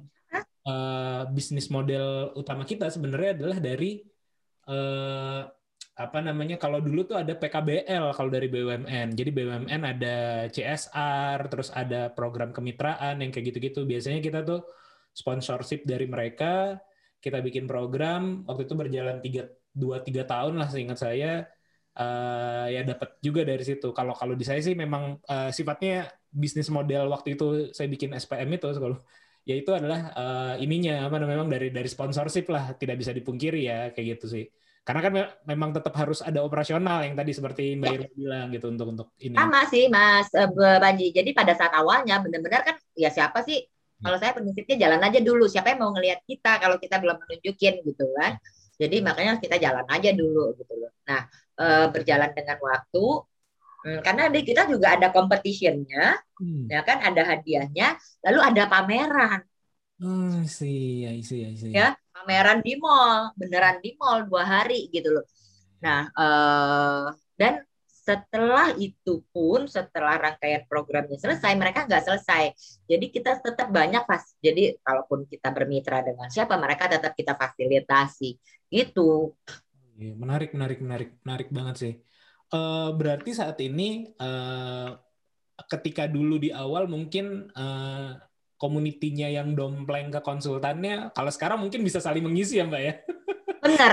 A: Uh, bisnis model utama kita sebenarnya adalah dari uh, apa namanya kalau dulu tuh ada P K B L kalau dari B U M N jadi B U M N ada C S R terus ada program kemitraan yang kayak gitu-gitu biasanya kita tuh sponsorship dari mereka kita bikin program waktu itu berjalan tiga dua tiga tahun lah seingat saya uh, ya dapat juga dari situ kalau kalau di saya sih memang uh, sifatnya bisnis model waktu itu saya bikin S P M itu kalau ya itu adalah uh, ininya apa memang dari dari sponsorship lah tidak bisa dipungkiri ya kayak gitu sih karena kan me- memang tetap harus ada operasional yang tadi seperti Mbak Irma bilang gitu untuk untuk ini
B: Sama sih Mas uh, Banji. Jadi pada saat awalnya benar-benar kan ya siapa sih kalau saya prinsipnya jalan aja dulu siapa yang mau ngelihat kita kalau kita belum menunjukin gitu kan. Jadi makanya kita jalan aja dulu gitu loh. Nah uh, berjalan dengan waktu Hmm, karena di kita juga ada competition-nya, hmm. ya kan, ada hadiahnya, lalu ada pameran.
A: Oh, sih, I see, I see.
B: Ya, pameran di mall, beneran di mall dua hari gitu loh. Nah, eh, dan setelah itu pun, setelah rangkaian programnya selesai, mereka nggak selesai. Jadi kita tetap banyak pas. Jadi kalaupun kita bermitra dengan siapa, mereka tetap kita fasilitasi. Gitu.
A: Menarik, menarik, menarik, menarik banget sih. Uh, berarti saat ini uh, ketika dulu di awal mungkin uh, komunitinya yang dompleng ke konsultannya, kalau sekarang mungkin bisa saling mengisi ya Mbak ya?
B: Benar.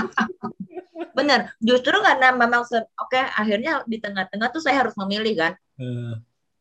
B: Benar. Justru karena memang oke okay, akhirnya di tengah-tengah tuh saya harus memilih kan. Uh.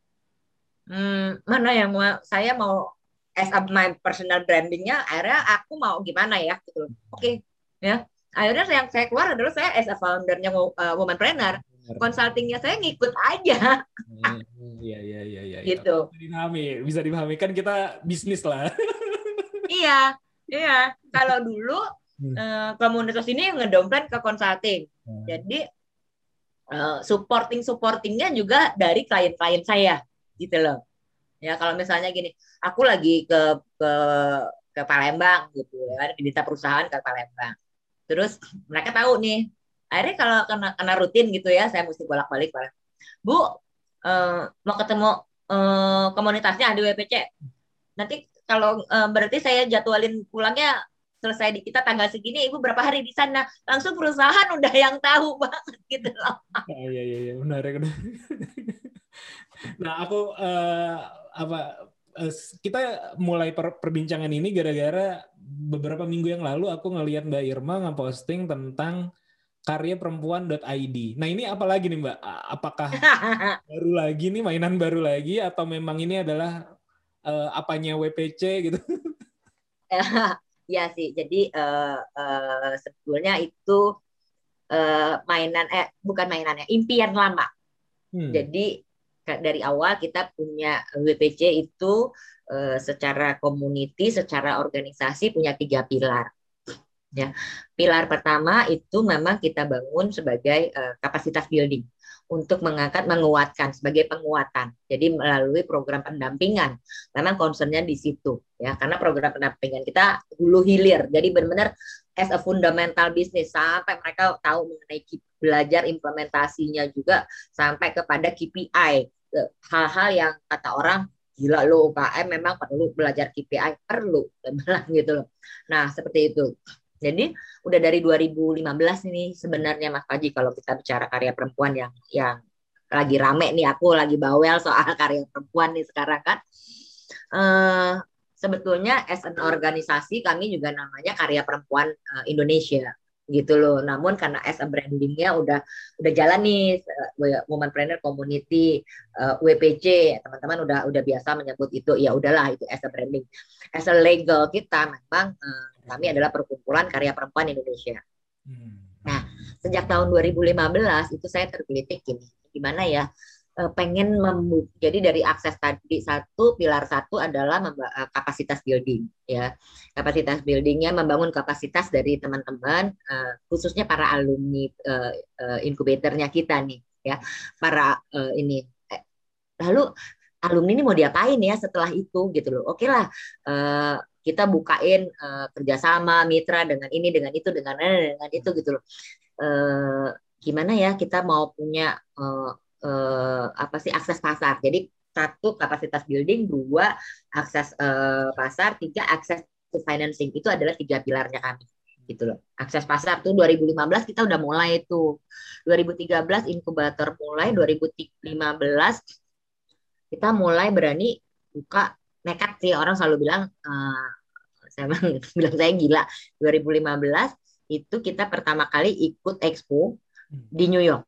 B: Hmm, mana yang mau saya mau as a my personal brandingnya, akhirnya aku mau gimana ya gitu. Oke, okay, ya. Akhirnya yang saya keluar adalah saya as a foundernya uh, Womanpreneur. Consultingnya saya ngikut aja.
A: Iya, iya, iya, iya.
B: Gitu.
A: Bisa dipahami, bisa dipahami kan kita bisnis lah.
B: Iya, iya. Kalau dulu hmm. uh, komunitas ini ngedompleng ke consulting. Hmm. Jadi uh, supporting supportingnya juga dari klien-klien saya, gitu loh. Ya kalau misalnya gini, aku lagi ke ke ke Palembang gitu ya, diminta perusahaan ke Palembang. Terus mereka tahu nih, akhirnya kalau kena, kena rutin gitu ya, saya mesti bolak-balik. Bu, uh, mau ketemu uh, komunitasnya A D W P C. Nanti kalau uh, berarti saya jadwalin pulangnya selesai di kita tanggal segini, Ibu berapa hari di sana? Langsung perusahaan udah yang tahu banget gitu loh.
A: Iya, iya, iya, menarik. Nah, aku uh, apa uh, kita mulai per- perbincangan ini gara-gara beberapa minggu yang lalu aku ngelihat Mbak Irma nge-posting tentang karyaperempuan dot i d. Nah ini apa lagi nih Mbak? Apakah baru lagi nih, mainan baru lagi, atau memang ini adalah uh, apanya W P C gitu?
B: Ya sih, jadi uh, uh, sebetulnya itu uh, mainan, eh bukan mainannya, impian lama. Hmm. Jadi dari awal kita punya W P C itu uh, secara community, secara organisasi punya tiga pilar. Ya, pilar pertama itu memang kita bangun sebagai uh, kapasitas building untuk mengangkat, menguatkan sebagai penguatan. Jadi melalui program pendampingan, memang concernnya di situ ya, karena program pendampingan kita hulu hilir. Jadi benar-benar as a fundamental business sampai mereka tahu mengenai belajar implementasinya juga sampai kepada K P I, hal-hal yang kata orang gila lo U K M memang perlu belajar K P I, perlu gitu loh. Nah seperti itu. Jadi udah dari dua ribu lima belas ini sebenarnya Mas Paji, kalau kita bicara karya perempuan yang yang lagi rame nih, aku lagi bawel soal karya perempuan nih sekarang kan. Uh, sebetulnya as an organisasi kami juga namanya Karya Perempuan uh, Indonesia gitu loh. Namun karena as a brandingnya udah udah jalan nih, uh, Womanpreneur Community, uh, W P C, teman-teman udah udah biasa menyebut itu, ya udahlah itu as a branding. As a legal kita memang uh, kami adalah Perkumpulan Karya Perempuan Indonesia. Hmm. Nah, sejak tahun dua ribu lima belas itu saya tergelitik gini, gimana ya, e, pengen membuka. Jadi dari akses tadi satu, pilar satu adalah memba- kapasitas building, ya. Kapasitas buildingnya membangun kapasitas dari teman-teman, e, khususnya para alumni e, e, inkubatornya kita nih, ya. Para e, ini, eh, lalu alumni ini mau diapain ya setelah itu gitu loh. Oke lah. E, kita bukain uh, kerjasama mitra dengan ini, dengan itu, dengan dengan itu gitu loh. Uh, gimana ya kita mau punya uh, uh, apa sih akses pasar. Jadi satu kapasitas building, dua akses uh, pasar, tiga akses to financing. Itu adalah tiga pilarnya kami gitu loh. Akses pasar tuh dua ribu lima belas kita udah mulai itu. dua ribu tiga belas inkubator mulai, dua ribu lima belas kita mulai berani buka. Nekat sih, orang selalu bilang uh, saya bilang saya gila. dua ribu lima belas itu kita pertama kali ikut expo di New York.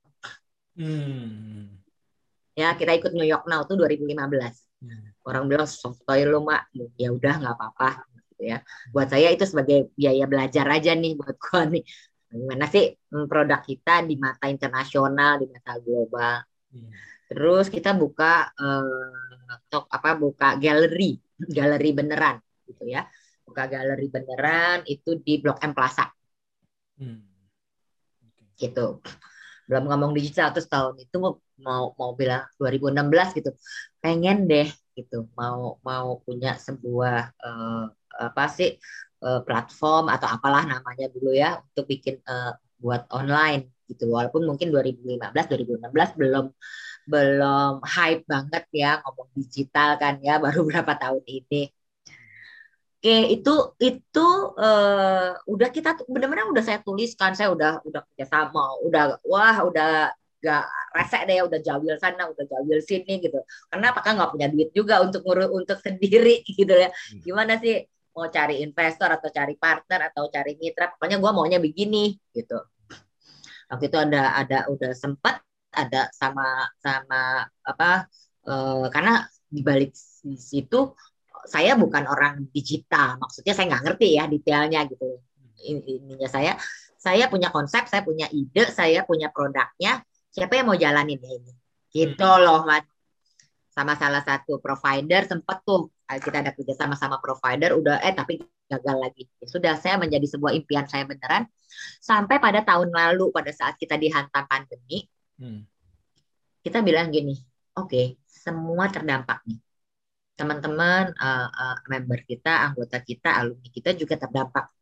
B: Hmm. Ya, kita ikut New York Now tuh dua ribu lima belas. Hmm. Orang bilang soft toy lo, Mak. Ya udah nggak apa-apa gitu ya. Buat saya itu sebagai biaya belajar aja nih buat gua nih. Gimana sih produk kita di mata internasional, di mata global. Hmm. Terus kita buka eh, tok apa buka galeri, galeri beneran gitu ya. Buka galeri beneran itu di Blok M Plaza. Hmm. Okay. Gitu. Belum ngomong digital, terus tahun itu mau mau, mau bilang dua ribu enam belas gitu. Pengen deh gitu, mau mau punya sebuah eh, apa sih eh, platform atau apalah namanya dulu ya untuk bikin eh, buat online gitu. Walaupun mungkin dua ribu lima belas dua ribu enam belas belum belum hype banget ya ngomong digital kan ya, baru berapa tahun ini. Oke, itu itu uh, udah kita benar-benar udah saya tuliskan, saya udah udah kerjasama, udah wah udah gak resek deh, udah jawil sana, udah jawil sini gitu. Karena apakah nggak punya duit juga untuk ngurus untuk sendiri gitu ya. Gimana sih mau cari investor atau cari partner atau cari mitra, pokoknya gue maunya begini gitu. Waktu itu ada ada udah sempat ada sama sama apa uh, karena di balik situ saya bukan orang digital, maksudnya saya nggak ngerti ya detailnya gitu. Ininya saya, saya punya konsep, saya punya ide, saya punya produknya. Siapa yang mau jalanin ya ini? Gitu loh, Mas. Sama salah satu provider sempat tuh kita ada kerja sama sama provider, udah eh tapi gagal lagi. Ya sudah, saya menjadi sebuah impian saya beneran. Sampai pada tahun lalu pada saat kita dihantam pandemi, hmm. kita bilang gini, oke, okay, semua terdampak nih. Teman-teman, uh, uh, member kita, anggota kita, alumni kita juga terdampak.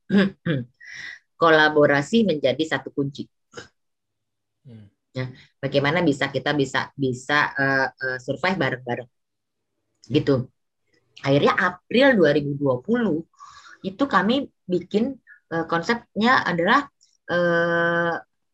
B: Kolaborasi menjadi satu kunci. Hmm. Ya, bagaimana bisa kita bisa bisa uh, uh, survive bareng-bareng, gitu. Akhirnya April dua ribu dua puluh itu kami bikin uh, konsepnya adalah uh,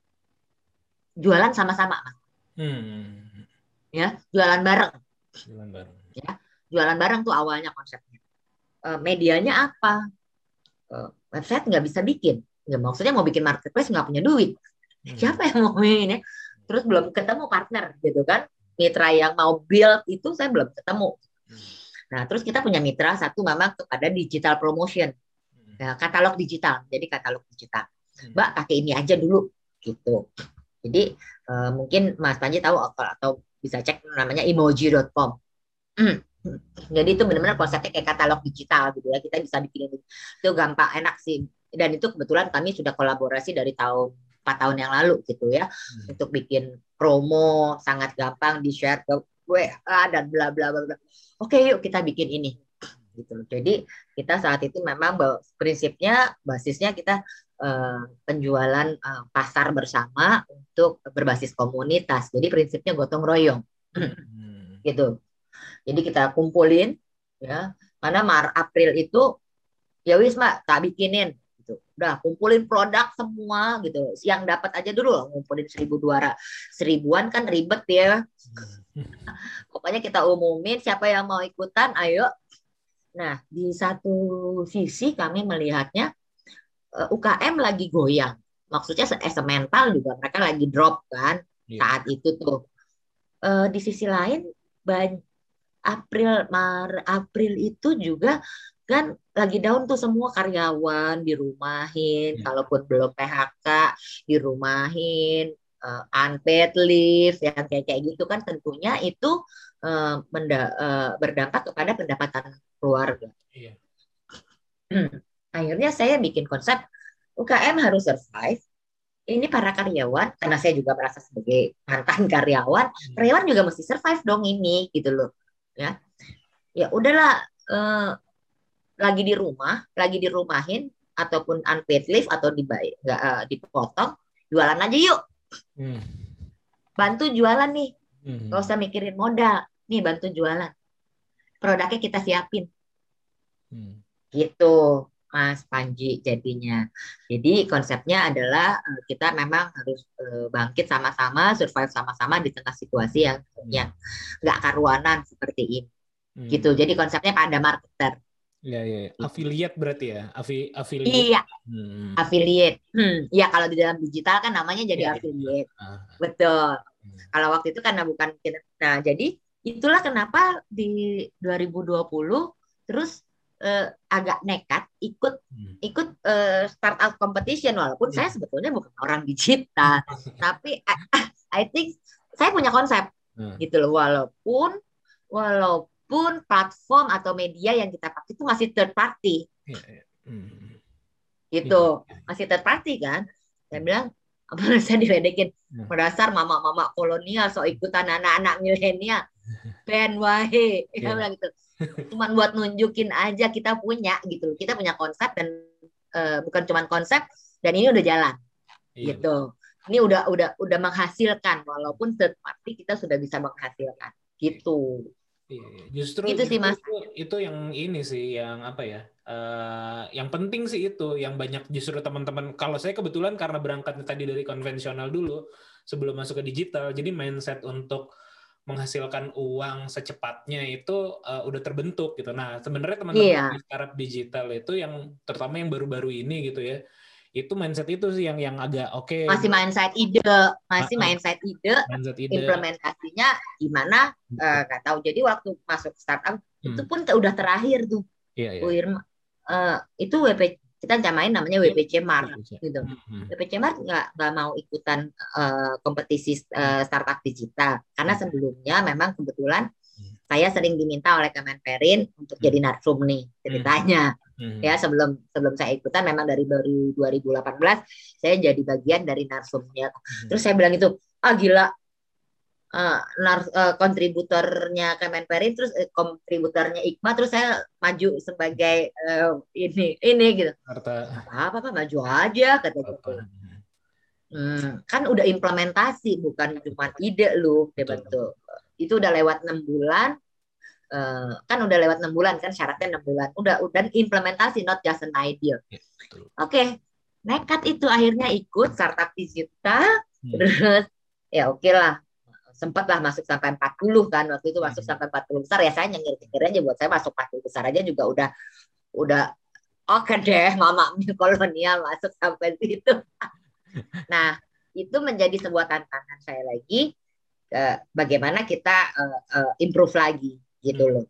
B: jualan sama-sama, hmm. ya, jualan bareng. Jualan bareng. Ya. jualan barang tuh awalnya konsepnya. Uh, medianya apa? Uh, website nggak bisa bikin. Ya, maksudnya mau bikin marketplace nggak punya duit. Hmm. Siapa yang mau ini? Terus belum ketemu partner gitu kan? Mitra yang mau build itu saya belum ketemu. Nah, terus kita punya mitra satu memang kepada digital promotion, ya, katalog digital. Jadi katalog digital. Mbak pakai ini aja dulu gitu. Jadi uh, mungkin Mas Panji tahu atau bisa cek namanya emoji dot com. Hmm. Jadi itu benar-benar konsepnya kayak katalog digital gitu ya. Kita bisa bikin itu gampang, enak sih. Dan itu kebetulan kami sudah kolaborasi dari tahun empat tahun yang lalu gitu ya, hmm. untuk bikin promo sangat gampang di share ke W A dan bla bla bla. Oke yuk kita bikin ini gitu. Jadi kita saat itu memang prinsipnya basisnya kita uh, penjualan uh, pasar bersama untuk berbasis komunitas. Jadi prinsipnya gotong royong hmm. gitu. Jadi kita kumpulin ya, karena Maret April itu ya wis Mbak tak bikinin. Gitu. Udah kumpulin produk semua gitu. Yang dapat aja dulu ngumpulin seribu dua ratus seribuan kan ribet ya. Pokoknya kita umumin siapa yang mau ikutan, ayo. Nah, di satu sisi kami melihatnya uh, U K M lagi goyang. Maksudnya se-mental juga mereka lagi drop kan yeah. saat itu tuh. Uh, di sisi lain banyak April Maret April itu juga kan lagi down tuh semua karyawan dirumahin, hmm. kalaupun belum P H K dirumahin, uh, unpaid leave yang kayak kayak gitu kan tentunya itu uh, menda- uh, berdampak kepada pendapatan keluarga. Iya. Akhirnya saya bikin konsep U K M harus survive. Ini para karyawan, karena saya juga merasa sebagai mantan karyawan, hmm. karyawan juga mesti survive dong ini gitu loh, ya. Ya udahlah. Uh, lagi di rumah, lagi dirumahin ataupun unpaid leave atau dibayar nggak uh, dipotong, jualan aja yuk. Hmm. Bantu jualan nih. Hmm. Nggak usah mikirin modal. Nih bantu jualan. Produknya kita siapin. Hmm. Gitu, Mas Panji jadinya. Jadi konsepnya adalah uh, kita memang harus uh, bangkit sama-sama, survive sama-sama di tengah situasi yang hmm. yang nggak karuanan seperti ini. Hmm. Gitu. Jadi konsepnya pada marketer.
A: Ya, ya, affiliate berarti ya, Afi, affiliate.
B: Iya, hmm. affiliate. Hmm. Ya kalau di dalam digital kan namanya jadi ya, affiliate, ya. Ah. Betul. Hmm. Kalau waktu itu karena bukan, nah jadi itulah kenapa di dua ribu dua puluh terus eh, agak nekat ikut hmm. ikut eh, startup competition walaupun ya. Saya sebetulnya bukan orang digital, tapi I, I think saya punya konsep hmm. gitu loh, walaupun walaupun pun platform atau media yang kita pakai itu masih third party, ya, ya. Hmm. gitu, ya. Masih third party kan. Saya bilang, apa saya diledekin, ya. Berdasar mama-mama kolonial, so ikutan anak-anak milenial, ben wahe, ya. Bilang gitu. Cuman buat nunjukin aja kita punya gitu, kita punya konsep dan uh, bukan cuman konsep dan ini udah jalan, ya. Gitu. Ini udah udah udah menghasilkan, walaupun third party kita sudah bisa menghasilkan, gitu.
A: Iya, justru
B: itu sih Mas.
A: Itu, itu yang ini sih yang apa ya? Uh, yang penting sih itu, yang banyak justru teman-teman. Kalau saya kebetulan karena berangkatnya tadi dari konvensional dulu sebelum masuk ke digital, jadi mindset untuk menghasilkan uang secepatnya itu uh, udah terbentuk gitu. Nah, sebenarnya teman-teman iya. di startup digital itu yang terutama yang baru-baru ini gitu ya. Itu mindset itu sih yang yang agak oke. Okay.
B: Masih mindset ide, masih mindset ide, mindset ide. Implementasinya gimana nggak uh, tahu. Jadi waktu masuk startup hmm. itu pun udah terakhir tuh. Iya, iya. Uh, itu W P kita namain namanya W P C Mart gitu. Hmm. W P C Mart nggak nggak mau ikutan uh, kompetisi uh, startup digital karena sebelumnya memang kebetulan hmm. saya sering diminta oleh Kemenperin untuk hmm. jadi narsum nih ceritanya. Hmm. Ya sebelum sebelum saya ikutan memang dari baru dua ribu delapan belas saya jadi bagian dari narsumnya. Hmm. Terus saya bilang itu, ah gila, uh, nar, uh, kontributornya Kemenperin, terus uh, kontributornya I K M A, terus saya maju sebagai uh, ini ini gitu. Apa apa maju aja kata gitu. Hmm, kan udah implementasi bukan cuma ide lu, ya betul. Itu udah lewat enam bulan. Uh, kan udah lewat enam bulan kan syaratnya enam bulan udah udah implementasi not just an idea. Ya, oke okay. Nekat itu akhirnya ikut startup digital hmm. terus ya oke okay lah sempat lah masuk sampai empat puluh kan, waktu itu masuk
A: Hmm.
B: sampai empat puluh besar ya, saya nyengir-nyengir aja, buat saya masuk empat puluh besar aja juga udah udah oke deh, mama kolonial masuk sampai situ. Nah, itu menjadi sebuah tantangan saya lagi, eh, bagaimana kita eh, eh, improve lagi gitu
A: Hmm.
B: loh.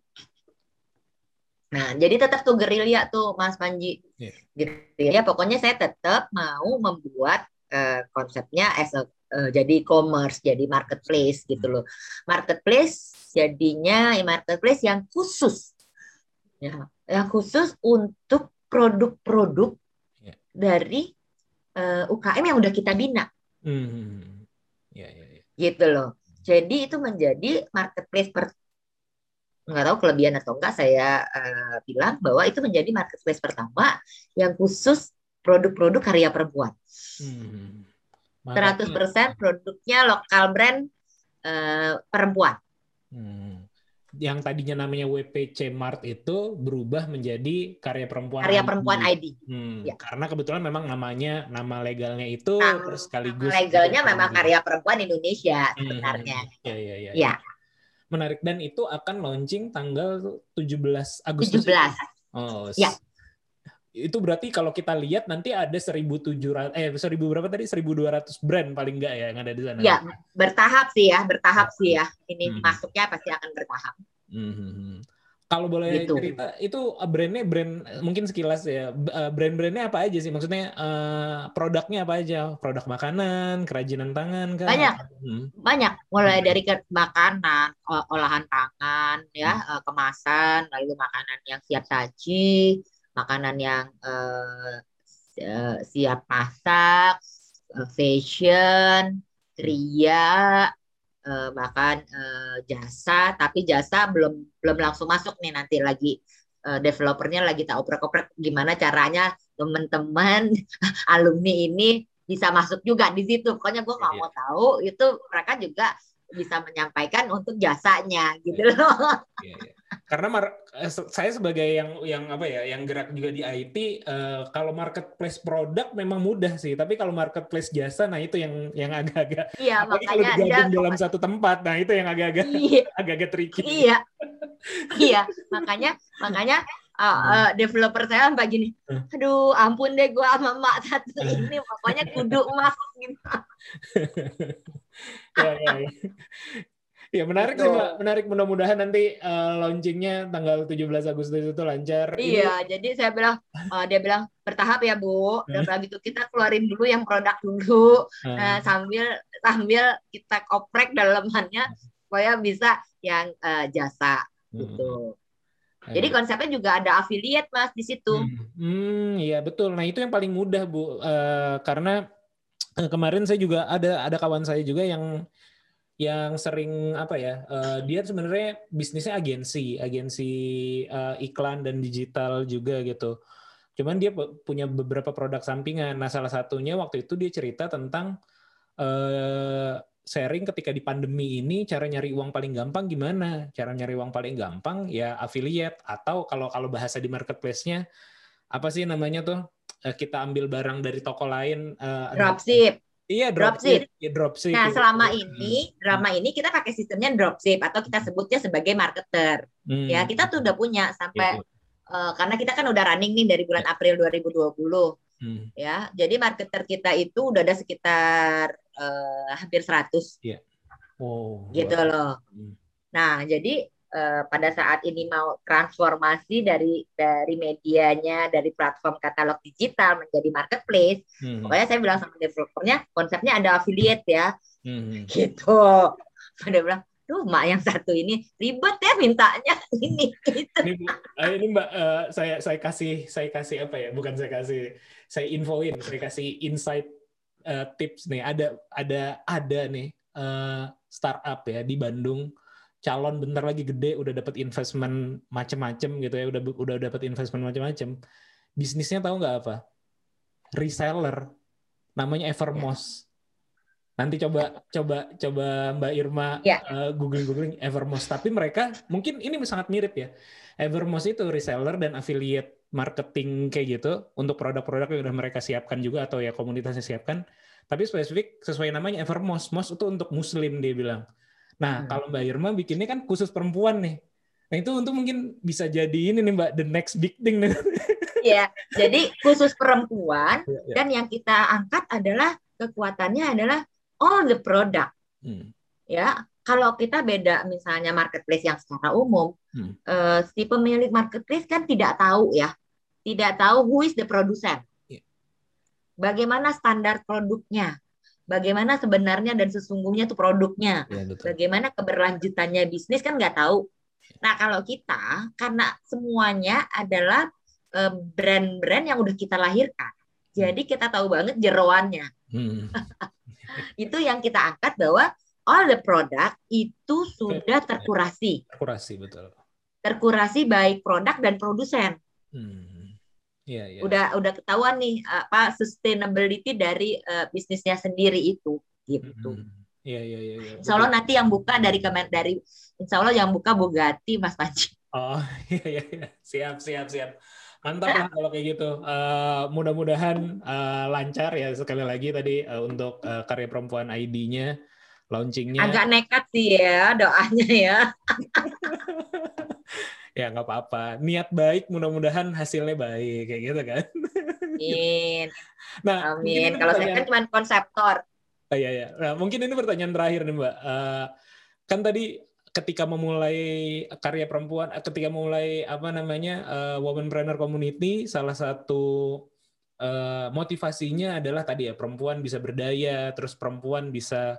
B: Nah, jadi tetap tuh gerilya tuh Mas Panji.
A: Iya.
B: Gerilya pokoknya saya tetap mau membuat eh, konsepnya as a, eh, jadi e-commerce, jadi marketplace gitu loh. Marketplace jadinya marketplace yang khusus. Ya, yang khusus untuk produk-produk
A: Iya.
B: dari eh, U K M yang udah kita bina
A: Hmm. Ya, ya, ya.
B: gitu loh. Jadi itu menjadi marketplace per nggak tahu kelebihan atau enggak, saya eh, bilang bahwa itu menjadi marketplace pertama yang khusus produk-produk karya perempuan.
A: Hmm.
B: seratus
A: Makanya,
B: persen produknya lokal brand eh, perempuan.
A: hmm, yang tadinya namanya W P C Mart itu berubah menjadi karya perempuan
B: Karya
A: I D.
B: perempuan I D.
A: Hmm,
B: Ya.
A: karena kebetulan memang namanya, nama legalnya itu
B: Nama,
A: terus
B: nama
A: sekaligus
B: legalnya
A: itu
B: memang
A: sendiri.
B: karya perempuan Indonesia
A: Hmm,
B: sebenarnya.
A: ya, ya, ya, ya.
B: Ya,
A: Menarik, dan itu akan launching tanggal tujuh belas Agustus.
B: tujuh belas.
A: Oh,
B: Ya.
A: itu berarti kalau kita lihat nanti ada seribu tujuh ratus eh seribu berapa tadi? seribu dua ratus brand paling enggak ya yang ada di sana.
B: Ya, bertahap sih ya, bertahap sih ya. Ini
A: Hmm.
B: masuknya pasti akan bertahap.
A: Hmm. Kalau boleh
B: Gitu.
A: cerita, itu brandnya brand mungkin sekilas ya, brand-brandnya apa aja sih? Maksudnya eh, produknya apa aja? Produk makanan, kerajinan tangan kah?
B: Banyak.
A: Hmm.
B: Banyak, mulai
A: Hmm.
B: dari ke makanan, o- olahan tangan, ya,
A: Hmm.
B: eh, kemasan, lalu makanan yang siap saji, makanan yang eh, eh, siap masak, eh, fashion, kria, eh, bahkan eh, jasa, tapi jasa belum belum langsung masuk nih, nanti lagi eh, developernya lagi tak oprek-oprek gimana caranya teman-teman alumni ini bisa masuk juga di situ. Pokoknya gue nggak
A: Iya.
B: mau tahu itu, mereka juga bisa menyampaikan untuk jasanya gitu loh.
A: Iya, iya. Karena mar- eh, se- saya sebagai yang yang apa ya, yang gerak juga di I T, eh, kalau marketplace produk memang mudah sih, tapi kalau marketplace jasa, nah itu yang yang agak-agak,
B: Iya,
A: apalagi kalau
B: makanya
A: digabung
B: dia
A: dalam satu tempat, nah itu yang agak-agak
B: iya,
A: agak-agak tricky.
B: iya, iya, makanya makanya uh, uh, developer saya sampai gini, aduh ampun deh gue sama mak satu ini, pokoknya kudu masuk gitu.
A: Ya, ya, ya. Ya, menarik sih
B: Gitu.
A: Mbak, menarik, mudah-mudahan nanti eh, launchingnya tanggal tujuh belas Agustus itu lancar. Ini
B: Iya, jadi saya bilang, uh, dia bilang bertahap ya Bu, dan
A: Hmm.
B: begitu kita keluarin dulu yang produk dulu,
A: Hmm.
B: nah, sambil sambil kita oprek dalamannya supaya bisa yang uh, jasa gitu. Jadi konsepnya juga ada affiliate Mas di situ.
A: Hmm, hmm, iya betul. Nah itu yang paling mudah Bu, Eh, karena eh, kemarin saya juga ada ada kawan saya juga yang yang sering apa ya, eh, dia sebenarnya bisnisnya agensi, agensi eh, iklan dan digital juga gitu. Cuman dia pu- punya beberapa produk sampingan. Nah salah satunya waktu itu dia cerita tentang eh, sharing ketika di pandemi ini cara nyari uang paling gampang gimana? Cara nyari uang paling gampang ya affiliate, atau kalau kalau bahasa di marketplace-nya apa sih namanya tuh? Eh, kita ambil barang dari toko lain. eh,
B: Dropship.
A: Iya,
B: Dropship.
A: dropship. Ya, dropship.
B: Nah,
A: gitu.
B: selama ini, drama ini kita pakai sistemnya dropship atau kita sebutnya sebagai marketer.
A: Hmm.
B: Ya, kita tuh udah punya sampai
A: Iya, iya.
B: uh, karena kita kan udah running nih dari bulan April dua ribu dua puluh.
A: Hmm.
B: Ya, jadi marketer kita itu udah ada sekitar uh, hampir seratus.
A: Iya. Oh,
B: Gitu
A: wow.
B: loh.
A: Hmm.
B: Nah, jadi uh, pada saat ini mau transformasi dari dari medianya, dari platform katalog digital menjadi marketplace,
A: Hmm.
B: pokoknya saya bilang sama developernya, konsepnya ada affiliate ya,
A: Hmm.
B: gitu. Dia bilang, tuh mak yang satu ini ribet ya mintanya ini. Gitu.
A: Ini, Bu, eh, ini Mbak, eh, saya saya kasih saya kasih apa ya? Bukan saya kasih, saya infoin, saya kasih insight eh, tips nih. Ada ada ada nih eh, startup ya di Bandung, calon bentar lagi gede, udah dapat investment macem-macem gitu ya, udah udah dapat investment macem-macem. Bisnisnya tahu nggak apa? Reseller, namanya Evermost. Nanti coba coba coba Mbak Irma
B: Ya.
A: uh, googling-googling Evermost. Tapi mereka mungkin ini sangat mirip ya. Evermost itu reseller dan affiliate marketing kayak gitu untuk produk-produk yang udah mereka siapkan juga atau ya komunitasnya siapkan. Tapi spesifik sesuai namanya Evermost. Most itu untuk Muslim dia bilang. Nah,
B: Hmm.
A: kalau Mbak Irma bikinnya kan khusus perempuan nih. Nah, itu untuk mungkin bisa jadi ini nih Mbak, the next big thing nih.
B: Iya, jadi khusus perempuan
A: Ya, ya.
B: dan yang kita angkat adalah kekuatannya adalah all the product.
A: Hmm.
B: Ya, kalau kita beda misalnya marketplace yang secara umum,
A: Hmm.
B: eh, si pemilik marketplace kan tidak tahu ya, tidak tahu who is the producer,
A: Ya.
B: bagaimana standar produknya, bagaimana sebenarnya dan sesungguhnya tuh produknya,
A: Ya, betul.
B: bagaimana keberlanjutannya bisnis kan nggak tahu. Nah, kalau kita karena semuanya adalah eh, brand-brand yang udah kita lahirkan, jadi kita tahu banget jeroannya.
A: Hmm.
B: Itu yang kita angkat bahwa all the product itu sudah terkurasi,
A: Akurasi, betul.
B: terkurasi baik produk dan produsen.
A: Hmm. Ya, ya.
B: Udah udah ketahuan nih apa sustainability dari uh, bisnisnya sendiri itu, gitu.
A: Hmm. Iya, iya, iya. Ya,
B: Insya Allah nanti yang buka dari kemen dari Insya Allah yang buka Bugatti Mas Panji.
A: Oh, iya, iya, iya. Siap, siap, siap. Mantap lah kalau kayak gitu. Uh, mudah-mudahan uh, lancar ya sekali lagi tadi uh, untuk uh, karya perempuan I D-nya, launchingnya.
B: Agak nekat sih ya doanya ya.
A: Ya nggak apa-apa. Niat baik, mudah-mudahan hasilnya baik kayak gitu kan.
B: Amin.
A: Nah, mungkin
B: Amin.
A: ini
B: Kalau saya
A: pertanyaan.
B: kan cuma konseptor.
A: Oh, iya, iya. Nah, mungkin ini pertanyaan terakhir nih Mbak. Uh, kan tadi ketika memulai karya perempuan, ketika memulai apa namanya uh, Womanpreneur Community, salah satu uh, motivasinya adalah tadi ya perempuan bisa berdaya, terus perempuan bisa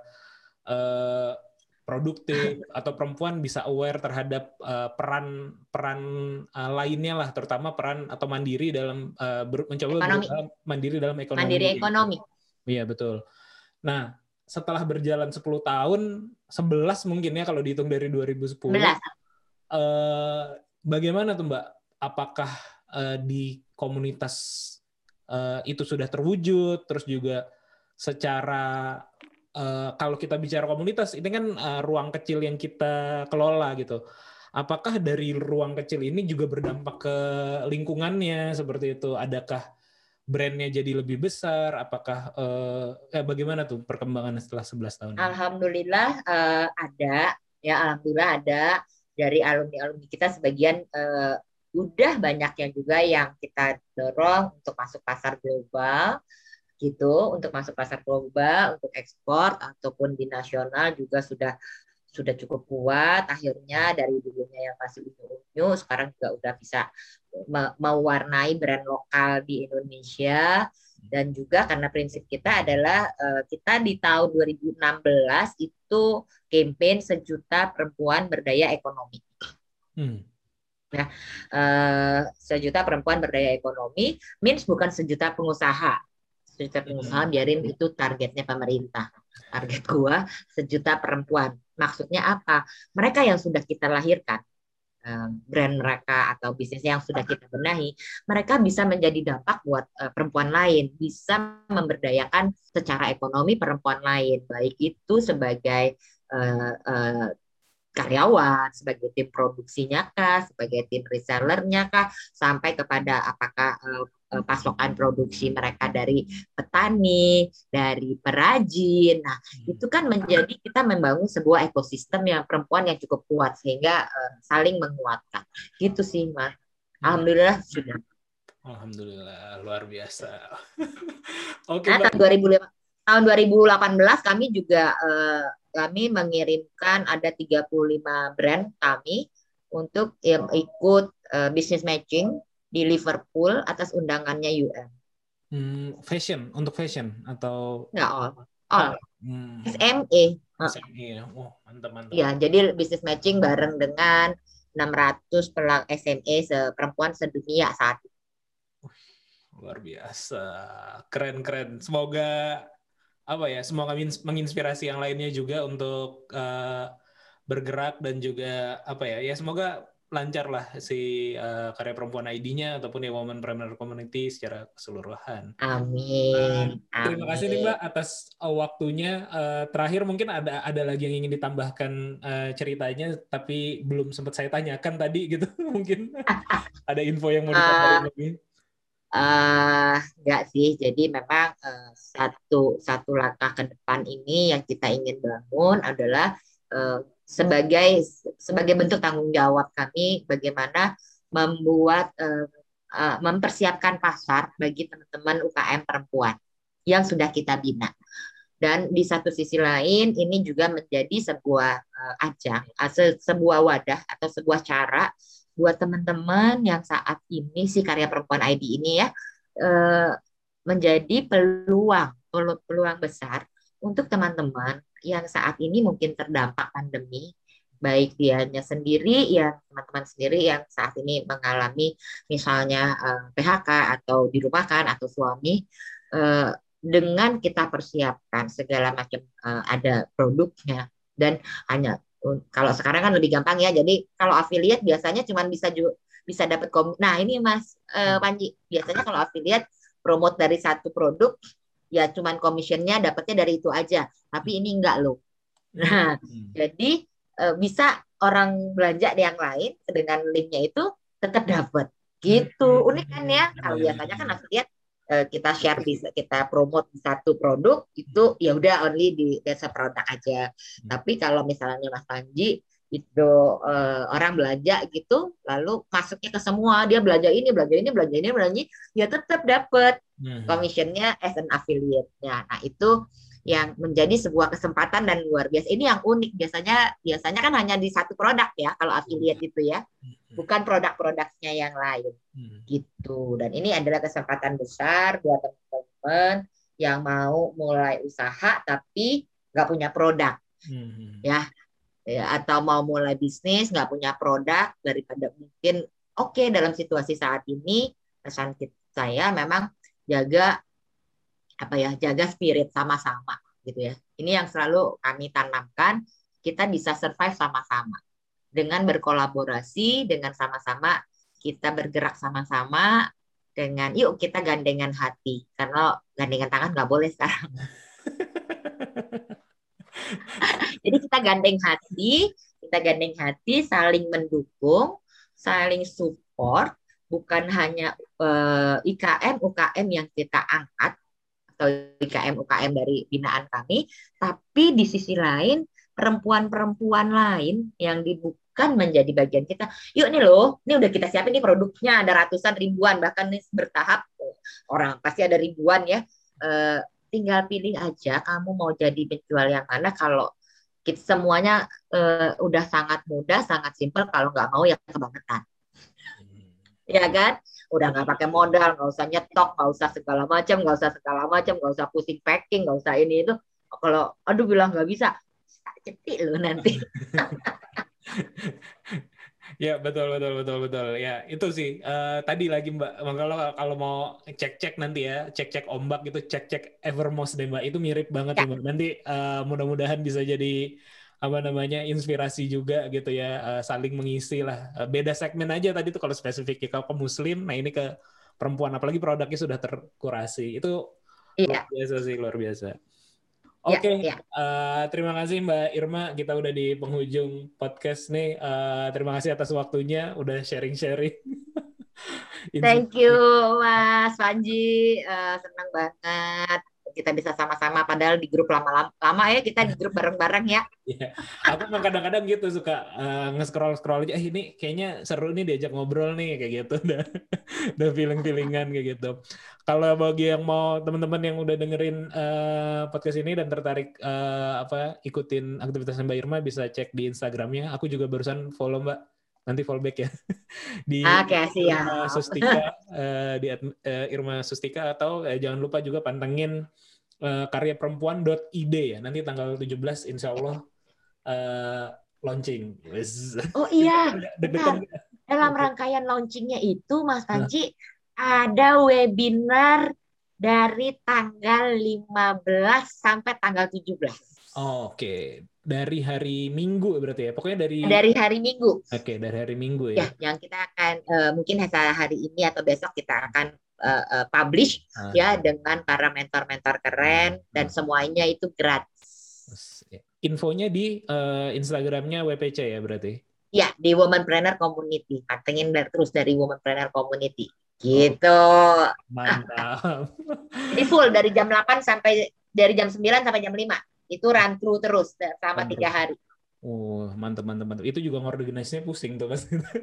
A: uh, produktif atau perempuan bisa aware terhadap uh, peran peran uh, lainnya lah, terutama peran atau mandiri dalam uh, ber, mencoba
B: Ekonomi.
A: berusaha mandiri dalam ekonomi.
B: Mandiri ekonomi.
A: Iya betul. Nah, setelah berjalan sepuluh tahun, sebelas mungkin ya kalau dihitung dari dua ribu sepuluh.
B: sebelas.
A: Eh, bagaimana tuh Mbak? Apakah eh, di komunitas eh, itu sudah terwujud? Terus juga secara eh, kalau kita bicara komunitas, ini kan eh, ruang kecil yang kita kelola gitu. Apakah dari ruang kecil ini juga berdampak ke lingkungannya seperti itu? Adakah brandnya jadi lebih besar? Apakah eh, eh, bagaimana tuh perkembangan setelah sebelas tahun ini?
B: Alhamdulillah eh, ada ya, alhamdulillah ada dari alumni-alumni kita sebagian eh, udah banyak yang juga yang kita dorong untuk masuk pasar global gitu, untuk masuk pasar global, untuk ekspor ataupun di nasional juga sudah sudah cukup kuat. Akhirnya dari dulunya yang masih unyu-unyu sekarang juga udah bisa mewarnai brand lokal di Indonesia. Dan juga karena prinsip kita adalah uh, kita di tahun dua ribu enam belas itu campaign sejuta perempuan berdaya ekonomi. Hmm. Nah, uh, sejuta perempuan berdaya ekonomi means bukan sejuta pengusaha. Sejuta pengusaha biarin itu targetnya pemerintah. Target gua sejuta perempuan. Maksudnya apa? Mereka yang sudah kita lahirkan, brand mereka atau bisnis yang sudah kita benahi, mereka bisa menjadi dampak buat uh, perempuan lain, bisa memberdayakan secara ekonomi perempuan lain, baik itu sebagai uh, uh, karyawan, sebagai tim produksinya kah, sebagai tim resellernya kah, sampai kepada apakah uh, pasokan produksi mereka dari petani, dari perajin. Nah, itu kan menjadi kita membangun sebuah ekosistem yang perempuan yang cukup kuat sehingga uh, saling menguatkan. Gitu sih, Mas. Alhamdulillah sudah.
A: Alhamdulillah, luar biasa. Oke,
B: nah,
A: Mbak.
B: tahun dua ribu delapan belas kami juga uh, kami mengirimkan ada tiga puluh lima brand kami untuk um, ikut uh, business matching di Liverpool atas undangannya U N.
A: Hmm, fashion, untuk fashion atau
B: nggak all, all.
A: Hmm.
B: S M E.
A: S M E ya, oh mantap mantap.
B: Ya, jadi business matching bareng dengan enam ratus pelang S M E perempuan sedunia saat itu.
A: Luar biasa, keren keren. Semoga apa ya, semoga menginspirasi yang lainnya juga untuk uh, bergerak dan juga apa ya, ya semoga lancar lah si uh, karya perempuan I D-nya ataupun ya Womanpreneur Community secara keseluruhan.
B: Amin.
A: Uh, terima
B: Amin.
A: kasih nih Mbak atas uh, waktunya. Uh, terakhir mungkin ada ada lagi yang ingin ditambahkan uh, ceritanya, tapi belum sempat saya tanyakan tadi gitu. Mungkin ada info yang mau ditambahin uh, lagi.
B: Uh, enggak sih, jadi memang uh, satu satu langkah ke depan ini yang kita ingin bangun adalah uh, sebagai sebagai bentuk tanggung jawab kami bagaimana membuat uh, uh, mempersiapkan pasar bagi teman-teman U K M perempuan yang sudah kita bina. Dan di satu sisi lain ini juga menjadi sebuah uh, ajang, uh, se- sebuah wadah atau sebuah cara buat teman-teman yang saat ini si Karya Perempuan I D ini ya uh, menjadi peluang, pelu- peluang besar untuk teman-teman yang saat ini mungkin terdampak pandemi, baik dianya sendiri ya teman-teman sendiri yang saat ini mengalami misalnya uh, P H K atau dirumahkan atau suami. Uh, dengan kita persiapkan segala macam uh, ada produknya dan hanya uh, kalau sekarang kan lebih gampang ya, jadi kalau affiliate biasanya cuma bisa ju- bisa dapat kom nah ini Mas uh, Panji, biasanya kalau affiliate promote dari satu produk ya cuman commissionnya dapatnya dari itu aja, tapi ini enggak loh. Nah
A: Hmm.
B: jadi uh, bisa orang belanja di yang lain dengan linknya itu tetap dapat gitu. Unik kan ya, kalau biasanya kan affiliate kita share di kita promote di satu produk itu ya udah only di desa produk aja. Hmm. Tapi kalau misalnya Mas Panji itu uh, orang belanja gitu lalu masuknya ke semua, dia belanja ini belanja ini belanja ini belanja ini ya tetap dapat hmm. commissionnya as an affiliate-nya. Nah itu yang menjadi sebuah kesempatan dan luar biasa. Ini yang unik, biasanya biasanya kan hanya di satu produk ya kalau affiliate itu ya, bukan produk-produknya yang lain hmm. gitu. Dan ini adalah kesempatan besar buat teman-teman yang mau mulai usaha tapi nggak punya produk hmm. ya, ya atau mau mulai bisnis nggak punya produk, daripada mungkin oke okay, dalam situasi saat ini pesan saya memang jaga apa ya, jaga spirit sama-sama gitu ya. Ini yang selalu kami tanamkan, kita bisa survive sama-sama dengan berkolaborasi, dengan sama-sama kita bergerak sama-sama, dengan yuk kita gandengan hati, karena gandengan tangan nggak boleh sekarang. Jadi kita gandeng hati, kita gandeng hati, saling mendukung, saling support, bukan hanya uh, I K M U K M yang kita angkat atau I K M U K M dari binaan kami, tapi di sisi lain perempuan-perempuan lain yang bukan menjadi bagian kita. Yuk nih loh, ini udah kita siapin nih produknya, ada ratusan ribuan, bahkan nih bertahap orang pasti ada ribuan ya. E, tinggal pilih aja kamu mau jadi penjual yang mana. Kalau kita semuanya e, udah sangat mudah, sangat simpel. Kalau nggak mau ya kebangetan. Ya kan? Udah nggak pakai modal, nggak usah nyetok, nggak usah segala macam, nggak usah segala macam, nggak usah pusing packing, nggak usah ini itu. Kalau aduh bilang nggak bisa, cetik loh nanti.
A: Ya betul betul betul betul ya itu sih uh, tadi lagi Mbak, kalau kalau mau cek-cek nanti ya, cek-cek ombak gitu, cek-cek Evermost deh Mbak, itu mirip banget ya. Sih Mbak. Nanti uh, mudah-mudahan bisa jadi apa namanya inspirasi juga gitu ya, uh, saling mengisi lah. Uh, beda segmen aja tadi tuh kalau spesifik kalau ke muslim, nah ini ke perempuan, apalagi produknya sudah terkurasi, itu
B: iya.
A: luar biasa sih, luar biasa. Oke, okay. ya, ya. uh, terima kasih Mbak Irma, kita udah di penghujung podcast nih. Uh, terima kasih atas waktunya, udah sharing-sharing.
B: Thank you Mas Panji, uh, senang banget kita bisa sama-sama, padahal di grup lama-lama lama ya, kita di grup bareng-bareng ya.
A: Iya, aku memang kadang-kadang gitu suka uh, nge-scroll-scroll aja, eh ini kayaknya seru nih diajak ngobrol nih kayak gitu, udah udah feeling-feelingan kayak gitu. Kalau bagi yang mau teman-teman yang udah dengerin uh, podcast ini dan tertarik uh, apa ikutin aktivitasnya Mbak Irma, bisa cek di Instagramnya. Aku juga barusan follow Mbak, nanti follow back ya di
B: okay,
A: Irma Sustika, uh, di uh, Irma Sustika, atau uh, jangan lupa juga pantengin uh, karya perempuan dot I D ya. Nanti tanggal tujuh belas insya Allah uh, launching.
B: Oh iya, bentar. Dalam rangkaian launchingnya itu Mas Panji nah. ada webinar dari tanggal lima belas sampai tanggal tujuh belas.
A: Oh, Oke, okay. Dari hari Minggu berarti ya? Pokoknya dari
B: dari hari Minggu.
A: Oke, okay, dari hari Minggu ya.
B: Ya, yang kita akan uh, mungkin hari ini atau besok kita akan uh, uh, publish ah. ya dengan para mentor-mentor keren ah. dan semuanya itu gratis.
A: Infonya di uh, Instagramnya W P C ya berarti?
B: Ya, di Womanpreneur Community. Pantengin terus dari Womanpreneur Community. Gitu.
A: Oh, mantap.
B: Jadi full dari jam delapan sampai dari jam sembilan sampai jam lima. Itu run through terus selama tiga hari.
A: Oh, mantap, mantap, mantap. Itu juga ngorganisasinya pusing tuh, Mas.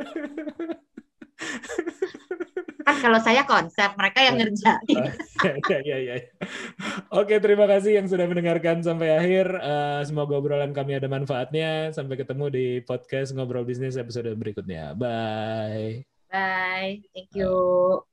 B: Kan kalau saya konsep, mereka yang ngerjain.
A: Ya, ya, ya. Oke, terima kasih yang sudah mendengarkan sampai akhir. Uh, semoga obrolan kami ada manfaatnya. Sampai ketemu di podcast Ngobrol Bisnis episode berikutnya. Bye.
B: Bye. Thank you.